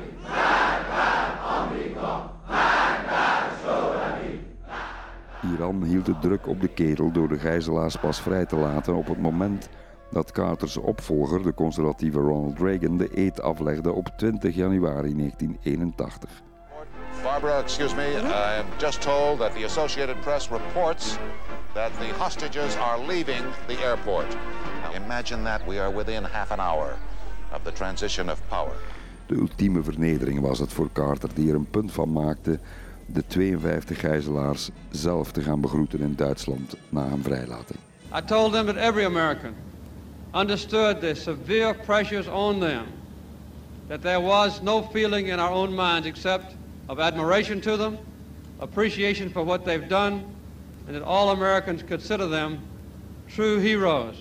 Iran hield de druk op de ketel door de gijzelaars pas vrij te laten op het moment dat Carters opvolger, de conservatieve Ronald Reagan, de eed aflegde op 20 januari 1981. Barbara, excuse me, I am just told that the Associated Press reports that the hostages are leaving the airport. Imagine that we are within half an hour of the transition of power. De ultieme vernedering was het voor Carter, die er een punt van maakte de 52 gijzelaars zelf te gaan begroeten in Duitsland na hun vrijlating. I told them that every American understood the severe pressures on them, that there was no feeling in our own minds except of admiration to them, appreciation for what they've done, and that all Americans consider them true heroes.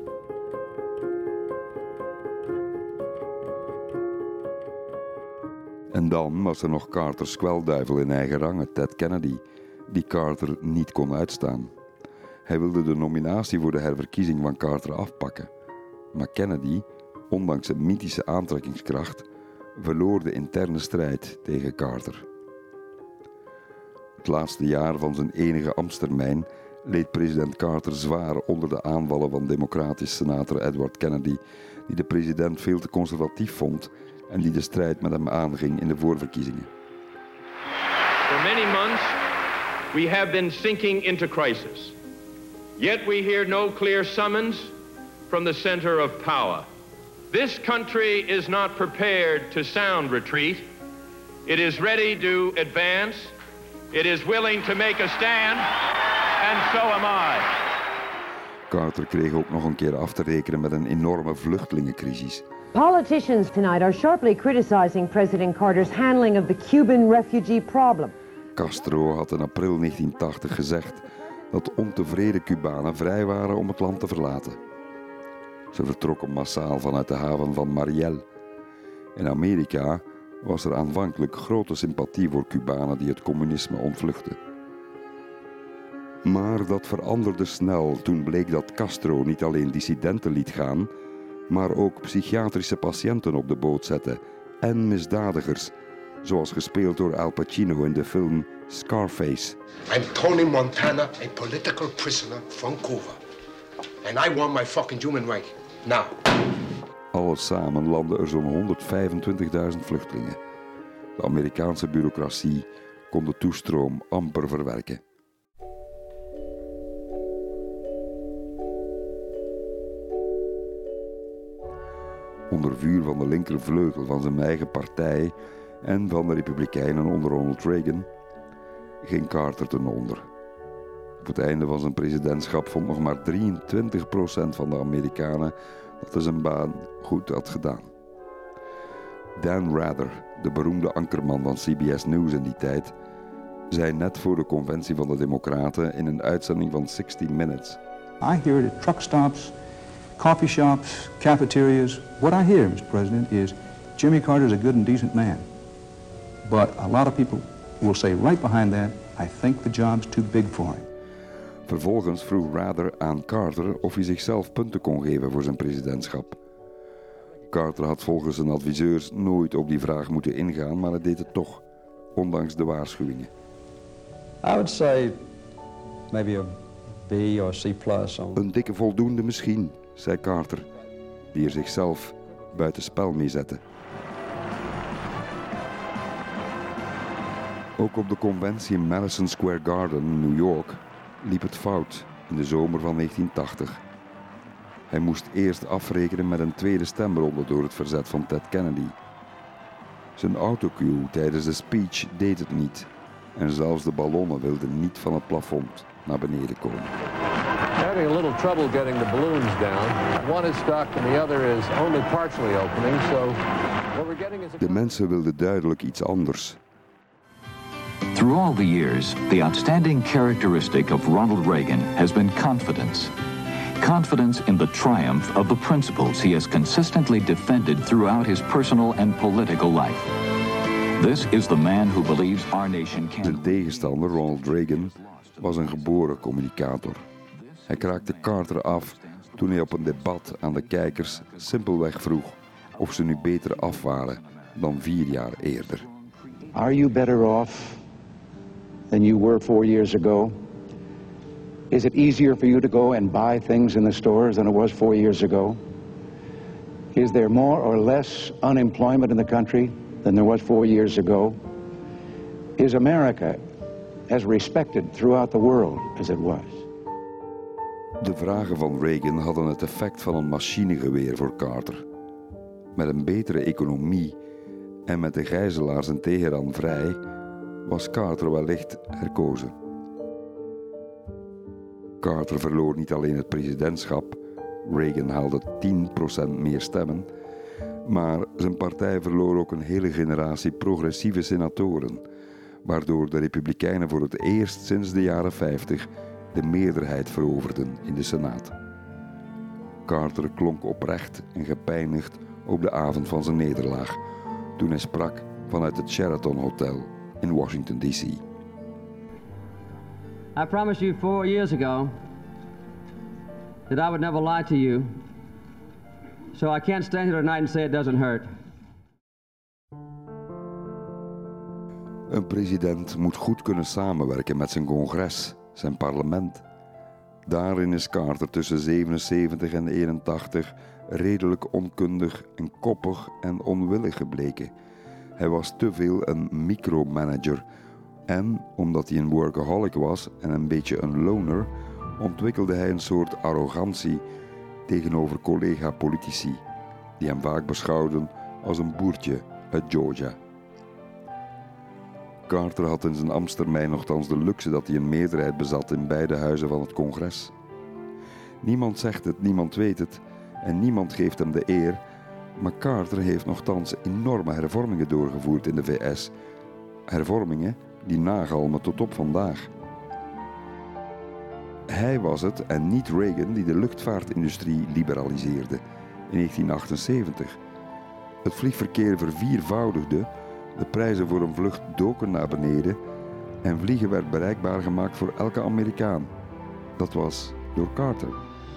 En dan was er nog Carters kwelduivel in eigen rangen, Ted Kennedy, die Carter niet kon uitstaan. Hij wilde de nominatie voor de herverkiezing van Carter afpakken. Maar Kennedy, ondanks zijn mythische aantrekkingskracht, verloor de interne strijd tegen Carter. Het laatste jaar van zijn enige ambtstermijn leed president Carter zwaar onder de aanvallen van democratisch senator Edward Kennedy, die de president veel te conservatief vond en die de strijd met hem aanging in de voorverkiezingen. For many months we have been sinking into crisis. Yet we hear no clear summons from the center of power. This country is not prepared to sound retreat. It is ready to advance. It is willing to make a stand, and so am I. Carter kreeg ook nog een keer af te rekenen met een enorme vluchtelingencrisis. Politicians tonight are sharply criticizing President Carter's handling of the Cuban refugee problem. Castro had in april 1980 gezegd dat ontevreden Cubanen vrij waren om het land te verlaten. Ze vertrokken massaal vanuit de haven van Mariel. In Amerika was er aanvankelijk grote sympathie voor Cubanen die het communisme ontvluchtten. Maar dat veranderde snel toen bleek dat Castro niet alleen dissidenten liet gaan, maar ook psychiatrische patiënten op de boot zette en misdadigers, zoals gespeeld door Al Pacino in de film Scarface. I'm Tony Montana, a political prisoner from Cuba. And I want my fucking human right. Now. Alles samen landden er zo'n 125.000 vluchtelingen. De Amerikaanse bureaucratie kon de toestroom amper verwerken. Onder vuur van de linkervleugel van zijn eigen partij en van de Republikeinen onder Ronald Reagan ging Carter ten onder. Op het einde van zijn presidentschap vond nog maar 23% van de Amerikanen dat hij zijn baan goed had gedaan. Dan Rather, de beroemde ankerman van CBS News in die tijd, zei net voor de conventie van de Democraten in een uitzending van 60 Minutes: I hear it at truck stops, coffee shops, cafeterias. What I hear, Mr. President, is Jimmy Carter's a good and decent man. But a lot of people will say right behind that, I think the job's too big for him. Vervolgens vroeg Rather aan Carter of hij zichzelf punten kon geven voor zijn presidentschap. Carter had volgens zijn adviseurs nooit op die vraag moeten ingaan, maar hij deed het toch, ondanks de waarschuwingen. I would say maybe a B or C+. Een dikke voldoende misschien, zei Carter, die er zichzelf buitenspel mee zette. Ook op de conventie in Madison Square Garden in New York liep het fout in de zomer van 1980. Hij moest eerst afrekenen met een tweede stemronde door het verzet van Ted Kennedy. Zijn autocue tijdens de speech deed het niet en zelfs de ballonnen wilden niet van het plafond naar beneden komen. Having a little trouble getting the balloons down. One is stuck and the other is only partially opening, so what we're getting is De mensen wilden duidelijk iets anders. Through all the years, the outstanding characteristic of Ronald Reagan has been confidence. Confidence in the triumph of the principles he has consistently defended throughout his personal and political life. This is the man who believes our nation can. Zijn tegenstander, Ronald Reagan, was een geboren communicator. Hij kraakte Carter af toen hij op een debat aan de kijkers simpelweg vroeg of ze nu beter af waren dan 4 jaar eerder. Are you better off than you were 4 years ago? Is it easier for you to go and buy things in the stores than it was 4 years ago? Is there more or less unemployment in the country than there was 4 years ago? Is America as respected throughout the world as it was? De vragen van Reagan hadden het effect van een machinegeweer voor Carter. Met een betere economie en met de gijzelaars in Teheran vrij was Carter wellicht herkozen. Carter verloor niet alleen het presidentschap, Reagan haalde 10% meer stemmen, maar zijn partij verloor ook een hele generatie progressieve senatoren, waardoor de Republikeinen voor het eerst sinds de jaren 50 de meerderheid veroverden in de Senaat. Carter klonk oprecht en gepijnigd op de avond van zijn nederlaag, toen hij sprak vanuit het Sheraton Hotel in Washington, D.C. I promised you 4 years ago that I would never lie to you, so I can't stand here tonight and say it doesn't hurt. Een president moet goed kunnen samenwerken met zijn congres, zijn parlement. Daarin is Carter tussen 77 en 81 redelijk onkundig en koppig en onwillig gebleken. Hij was te veel een micromanager en, omdat hij een workaholic was en een beetje een loner, ontwikkelde hij een soort arrogantie tegenover collega-politici, die hem vaak beschouwden als een boertje uit Georgia. Carter had in zijn ambtstermijn nochtans de luxe dat hij een meerderheid bezat in beide huizen van het congres. Niemand zegt het, niemand weet het en niemand geeft hem de eer, maar Carter heeft nochtans enorme hervormingen doorgevoerd in de VS. Hervormingen die nagalmen tot op vandaag. Hij was het en niet Reagan die de luchtvaartindustrie liberaliseerde in 1978. Het vliegverkeer verviervoudigde, de prijzen voor een vlucht doken naar beneden en vliegen werd bereikbaar gemaakt voor elke Amerikaan. Dat was door Carter.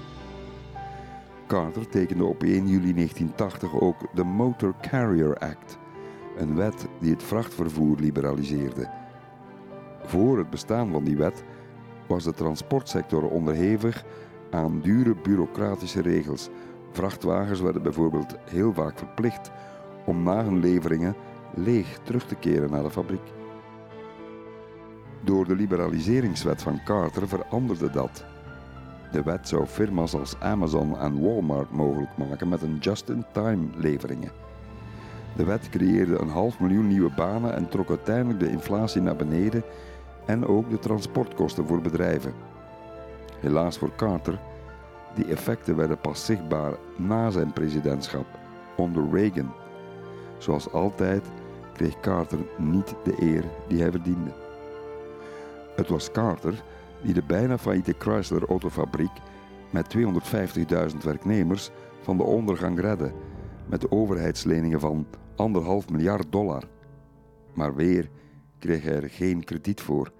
Carter tekende op 1 juli 1980 ook de Motor Carrier Act, een wet die het vrachtvervoer liberaliseerde. Voor het bestaan van die wet was de transportsector onderhevig aan dure bureaucratische regels. Vrachtwagens werden bijvoorbeeld heel vaak verplicht om na hun leveringen leeg terug te keren naar de fabriek. Door de liberaliseringswet van Carter veranderde dat. De wet zou firma's als Amazon en Walmart mogelijk maken met een just-in-time leveringen. De wet creëerde 500.000 nieuwe banen en trok uiteindelijk de inflatie naar beneden en ook de transportkosten voor bedrijven. Helaas voor Carter, die effecten werden pas zichtbaar na zijn presidentschap, onder Reagan. Zoals altijd kreeg Carter niet de eer die hij verdiende. Het was Carter die de bijna failliete Chrysler autofabriek met 250.000 werknemers van de ondergang redde, met overheidsleningen van $1,5 miljard. Maar weer kreeg hij er geen krediet voor.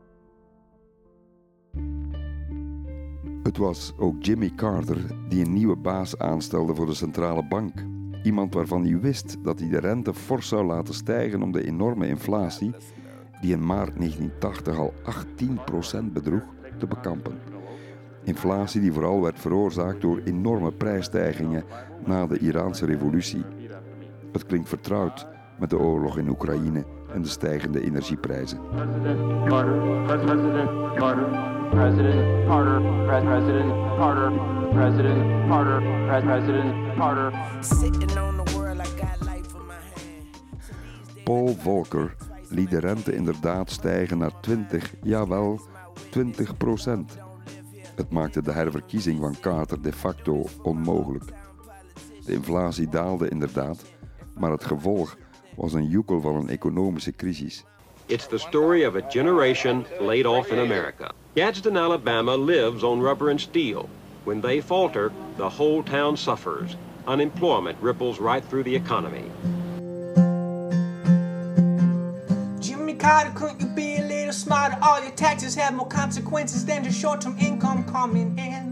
Het was ook Jimmy Carter die een nieuwe baas aanstelde voor de centrale bank. Iemand waarvan hij wist dat hij de rente fors zou laten stijgen om de enorme inflatie, die in maart 1980 al 18% bedroeg, te bekampen. Inflatie die vooral werd veroorzaakt door enorme prijsstijgingen na de Iraanse revolutie. Het klinkt vertrouwd met de oorlog in Oekraïne en de stijgende energieprijzen. President Carter, President Carter, President Carter, President Carter, President Carter, President Carter. Paul Volcker liet de rente inderdaad stijgen naar 20%. Het maakte de herverkiezing van Carter de facto onmogelijk. De inflatie daalde inderdaad, maar het gevolg was een joekel van een economische crisis. It's the story of a generation laid off in America. Gadsden, Alabama lives on rubber and steel. When they falter, the whole town suffers. Unemployment ripples right through the economy. Jimmy Carter, couldn't you be a little smarter? All your taxes have more consequences than the short-term income coming in.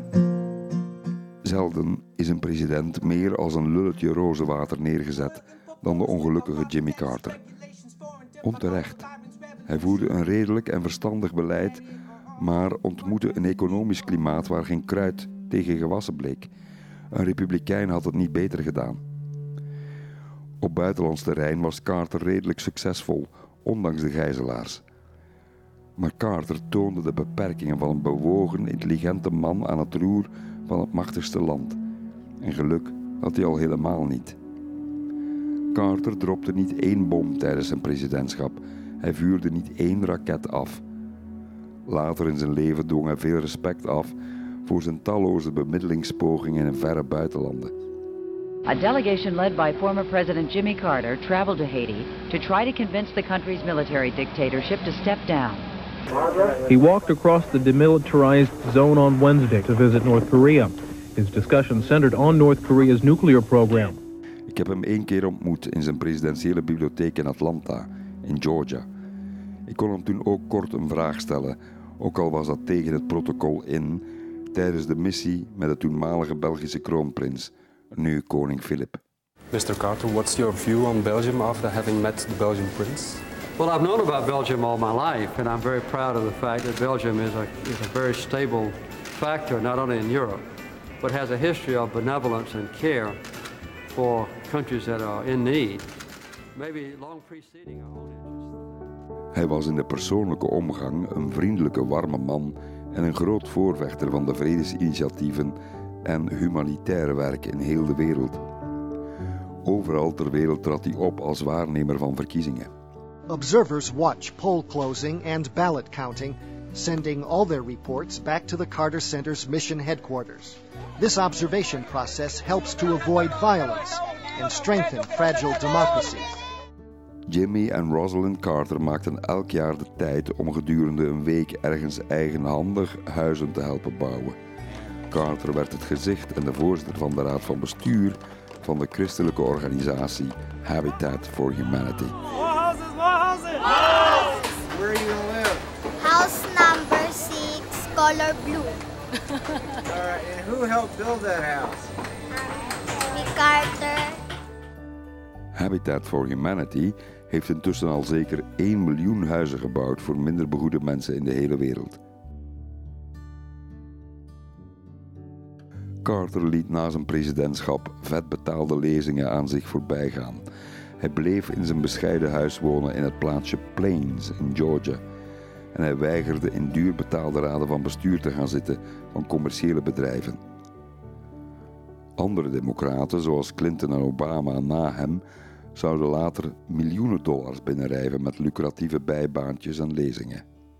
Zelden is een president meer als een lulletje rozenwater neergezet dan de ongelukkige Jimmy Carter. Onterecht. Hij voerde een redelijk en verstandig beleid, maar ontmoette een economisch klimaat waar geen kruid tegen gewassen bleek. Een republikein had het niet beter gedaan. Op buitenlands terrein was Carter redelijk succesvol, ondanks de gijzelaars. Maar Carter toonde de beperkingen van een bewogen, intelligente man aan het roer van het machtigste land. En geluk had hij al helemaal niet. Carter dropte niet één bom tijdens zijn presidentschap. Hij vuurde niet één raket af. Later in zijn leven dwong hij veel respect af voor zijn talloze bemiddelingspogingen in verre buitenlanden. A delegation led by former President Jimmy Carter traveled to Haiti to try to convince the country's military dictatorship to step down. He walked across the demilitarized zone on Wednesday to visit North Korea. His discussion centered on North Korea's nuclear program. Ik heb hem 1 keer ontmoet in zijn presidentiële bibliotheek in Atlanta, in Georgia. Ik kon hem toen ook kort een vraag stellen, ook al was dat tegen het protocol in, tijdens de missie met de toenmalige Belgische kroonprins, nu koning Philip. Mr. Carter, what's your view on Belgium after having met the Belgian prince? Well, I've known about Belgium all my life, and I'm very proud of the fact that Belgium is a very stable factor, not only in Europe, but has a history of benevolence and care for countries that are in need. Maybe long preceding our own interests. Hij was in de persoonlijke omgang een vriendelijke, warme man en een groot voorvechter van de vredesinitiatieven en humanitaire werk in heel de wereld. Overal ter wereld trad hij op als waarnemer van verkiezingen. Observers watch poll closing and ballot counting sending all their reports back to the Carter Center's mission headquarters. This observation process helps to avoid violence and strengthen fragile democracies. Jimmy en Rosalind Carter maakten elk jaar de tijd om gedurende een week ergens eigenhandig huizen te helpen bouwen. Carter werd het gezicht en de voorzitter van de raad van bestuur van de christelijke organisatie Habitat for Humanity. More houses, more houses! Houses! Where are you gonna live? House number 6, color blue. All right, and who helped build that house? Jimmy Carter. Habitat for Humanity heeft intussen al zeker 1 miljoen huizen gebouwd voor minder begoede mensen in de hele wereld. Carter liet na zijn presidentschap vetbetaalde lezingen aan zich voorbij gaan. Hij bleef in zijn bescheiden huis wonen in het plaatsje Plains in Georgia. En hij weigerde in duur betaalde raden van bestuur te gaan zitten van commerciële bedrijven. Andere democraten, zoals Clinton en Obama na hem, zouden later miljoenen dollars binnenrijven met lucratieve bijbaantjes en lezingen.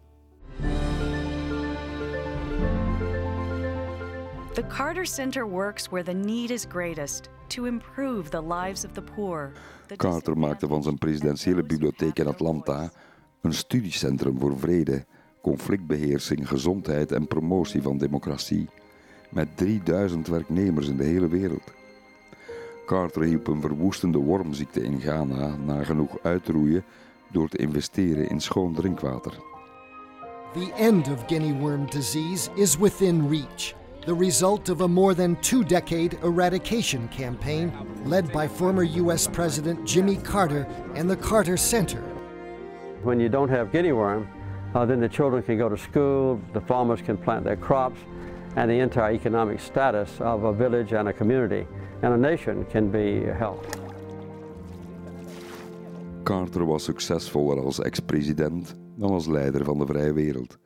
The Carter Center works where the need is greatest to improve the lives of the poor. Carter maakte van zijn presidentiële bibliotheek in Atlanta een studiecentrum voor vrede, conflictbeheersing, gezondheid en promotie van democratie, met 3000 werknemers in de hele wereld. Carter hielp een verwoestende wormziekte in Ghana nagenoeg uitroeien door te investeren in schoon drinkwater. The end of guinea worm disease is within reach, the result of a more than 2-decade eradication campaign led by former U.S. President Jimmy Carter and the Carter Center. When you don't have guinea worm, then the children can go to school, the farmers can plant their crops, and the entire economic status of a village and a community and a nation can be helped. Carter was succesvoller als ex-president dan als leider van de vrije wereld.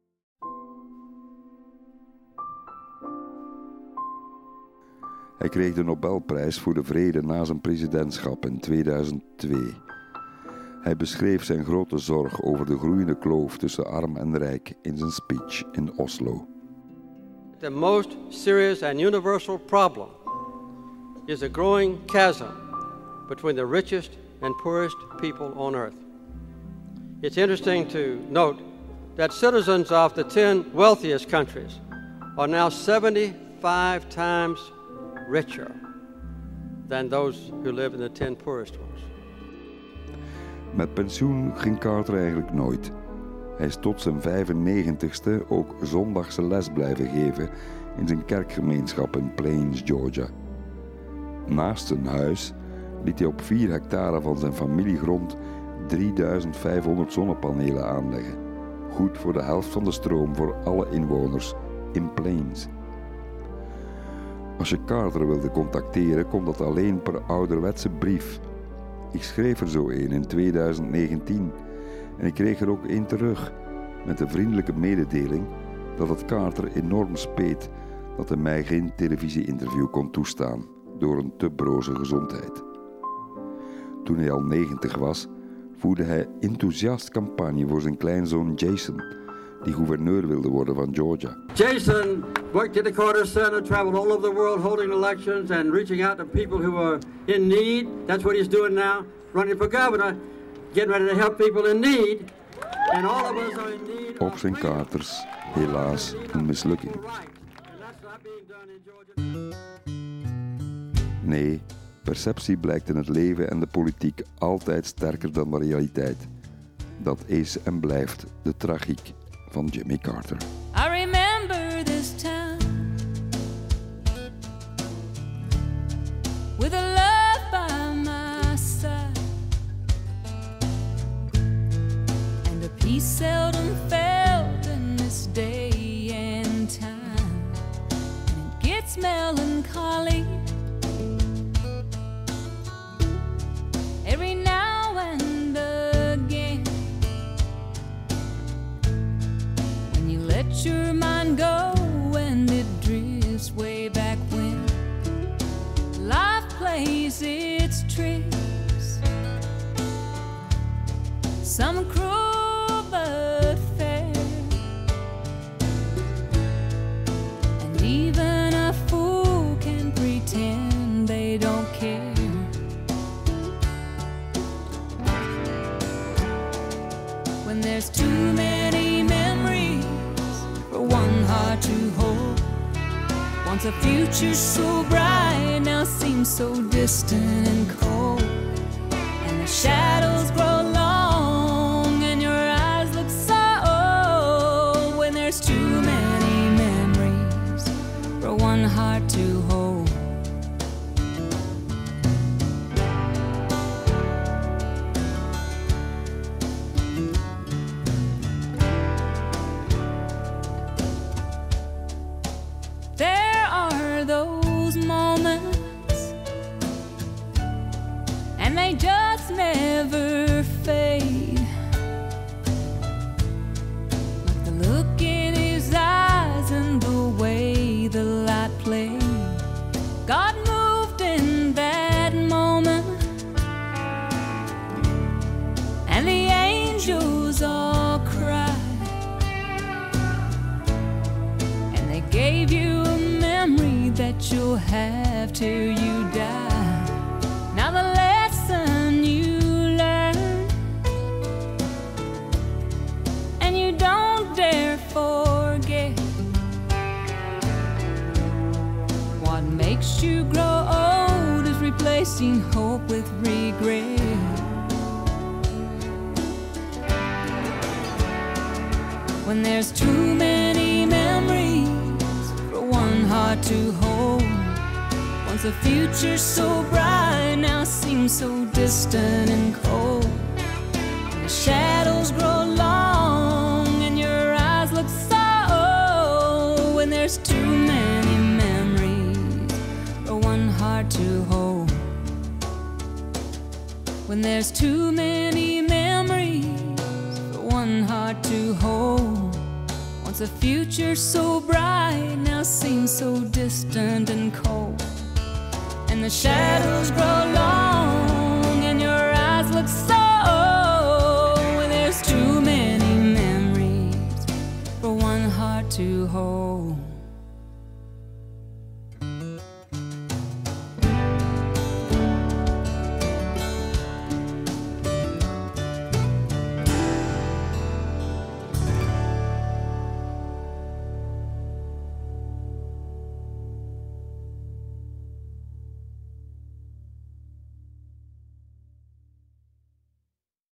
Hij kreeg de Nobelprijs voor de Vrede na zijn presidentschap in 2002. Hij beschreef zijn grote zorg over de groeiende kloof tussen arm en rijk in zijn speech in Oslo. The most serious and universal problem is a growing chasm between the richest and poorest people on earth. It's interesting to note that citizens of the 10 wealthiest countries are now 75 times richer than those who live in the 10 poorest ones. Met pensioen ging Carter eigenlijk nooit. Hij is tot zijn 95ste ook zondagse les blijven geven in zijn kerkgemeenschap in Plains, Georgia. Naast zijn huis liet hij op 4 hectare van zijn familiegrond 3500 zonnepanelen aanleggen. Goed voor de helft van de stroom voor alle inwoners in Plains. Als je Carter wilde contacteren, kon dat alleen per ouderwetse brief. Ik schreef er zo een in 2019 en ik kreeg er ook een terug met de vriendelijke mededeling dat het Carter enorm speet dat hij mij geen televisie-interview kon toestaan door een te broze gezondheid. Toen hij al 90 was, voerde hij enthousiast campagne voor zijn kleinzoon Jason, die gouverneur wilde worden van Georgia. Jason worked at the Carter Center, traveled all over the world holding elections and reaching out to people who are in need. That's what he's doing now, running for governor, getting ready to help people in need. And all of us are in need. Op zijn Carters, helaas een mislukking. Nee, perceptie blijkt in het leven en de politiek altijd sterker dan de realiteit. Dat is en blijft de tragiek van Jimmy Carter. I remember this time with a love by my side and a peace seldom felt in this day and time, and it gets melancholy every now and again when you let your mind go and it drifts way back when life plays its tricks, some cruel but fair, when there's too many memories for one heart to hold. Once a future so bright now seems so distant and cold, and the shadows grow long and your eyes look so old when there's too many memories for one heart to hold. There are those moments, and they just never fade. Like the look in his eyes and the way the light played. God moved in that moment, and the angels all cried, and they gave you a memory that you'll have till you die. Now the lesson you learned, and you don't dare forget. What makes you grow old is replacing hope with regret. When there's too many memories for one heart to hold, once the future so bright now seems so distant and cold, and the shadows grow long and your eyes look so old when there's too many memories for one heart to hold. When there's too many memories for one heart to hold, once a future so bright now seems so distant and cold, and the shadows grow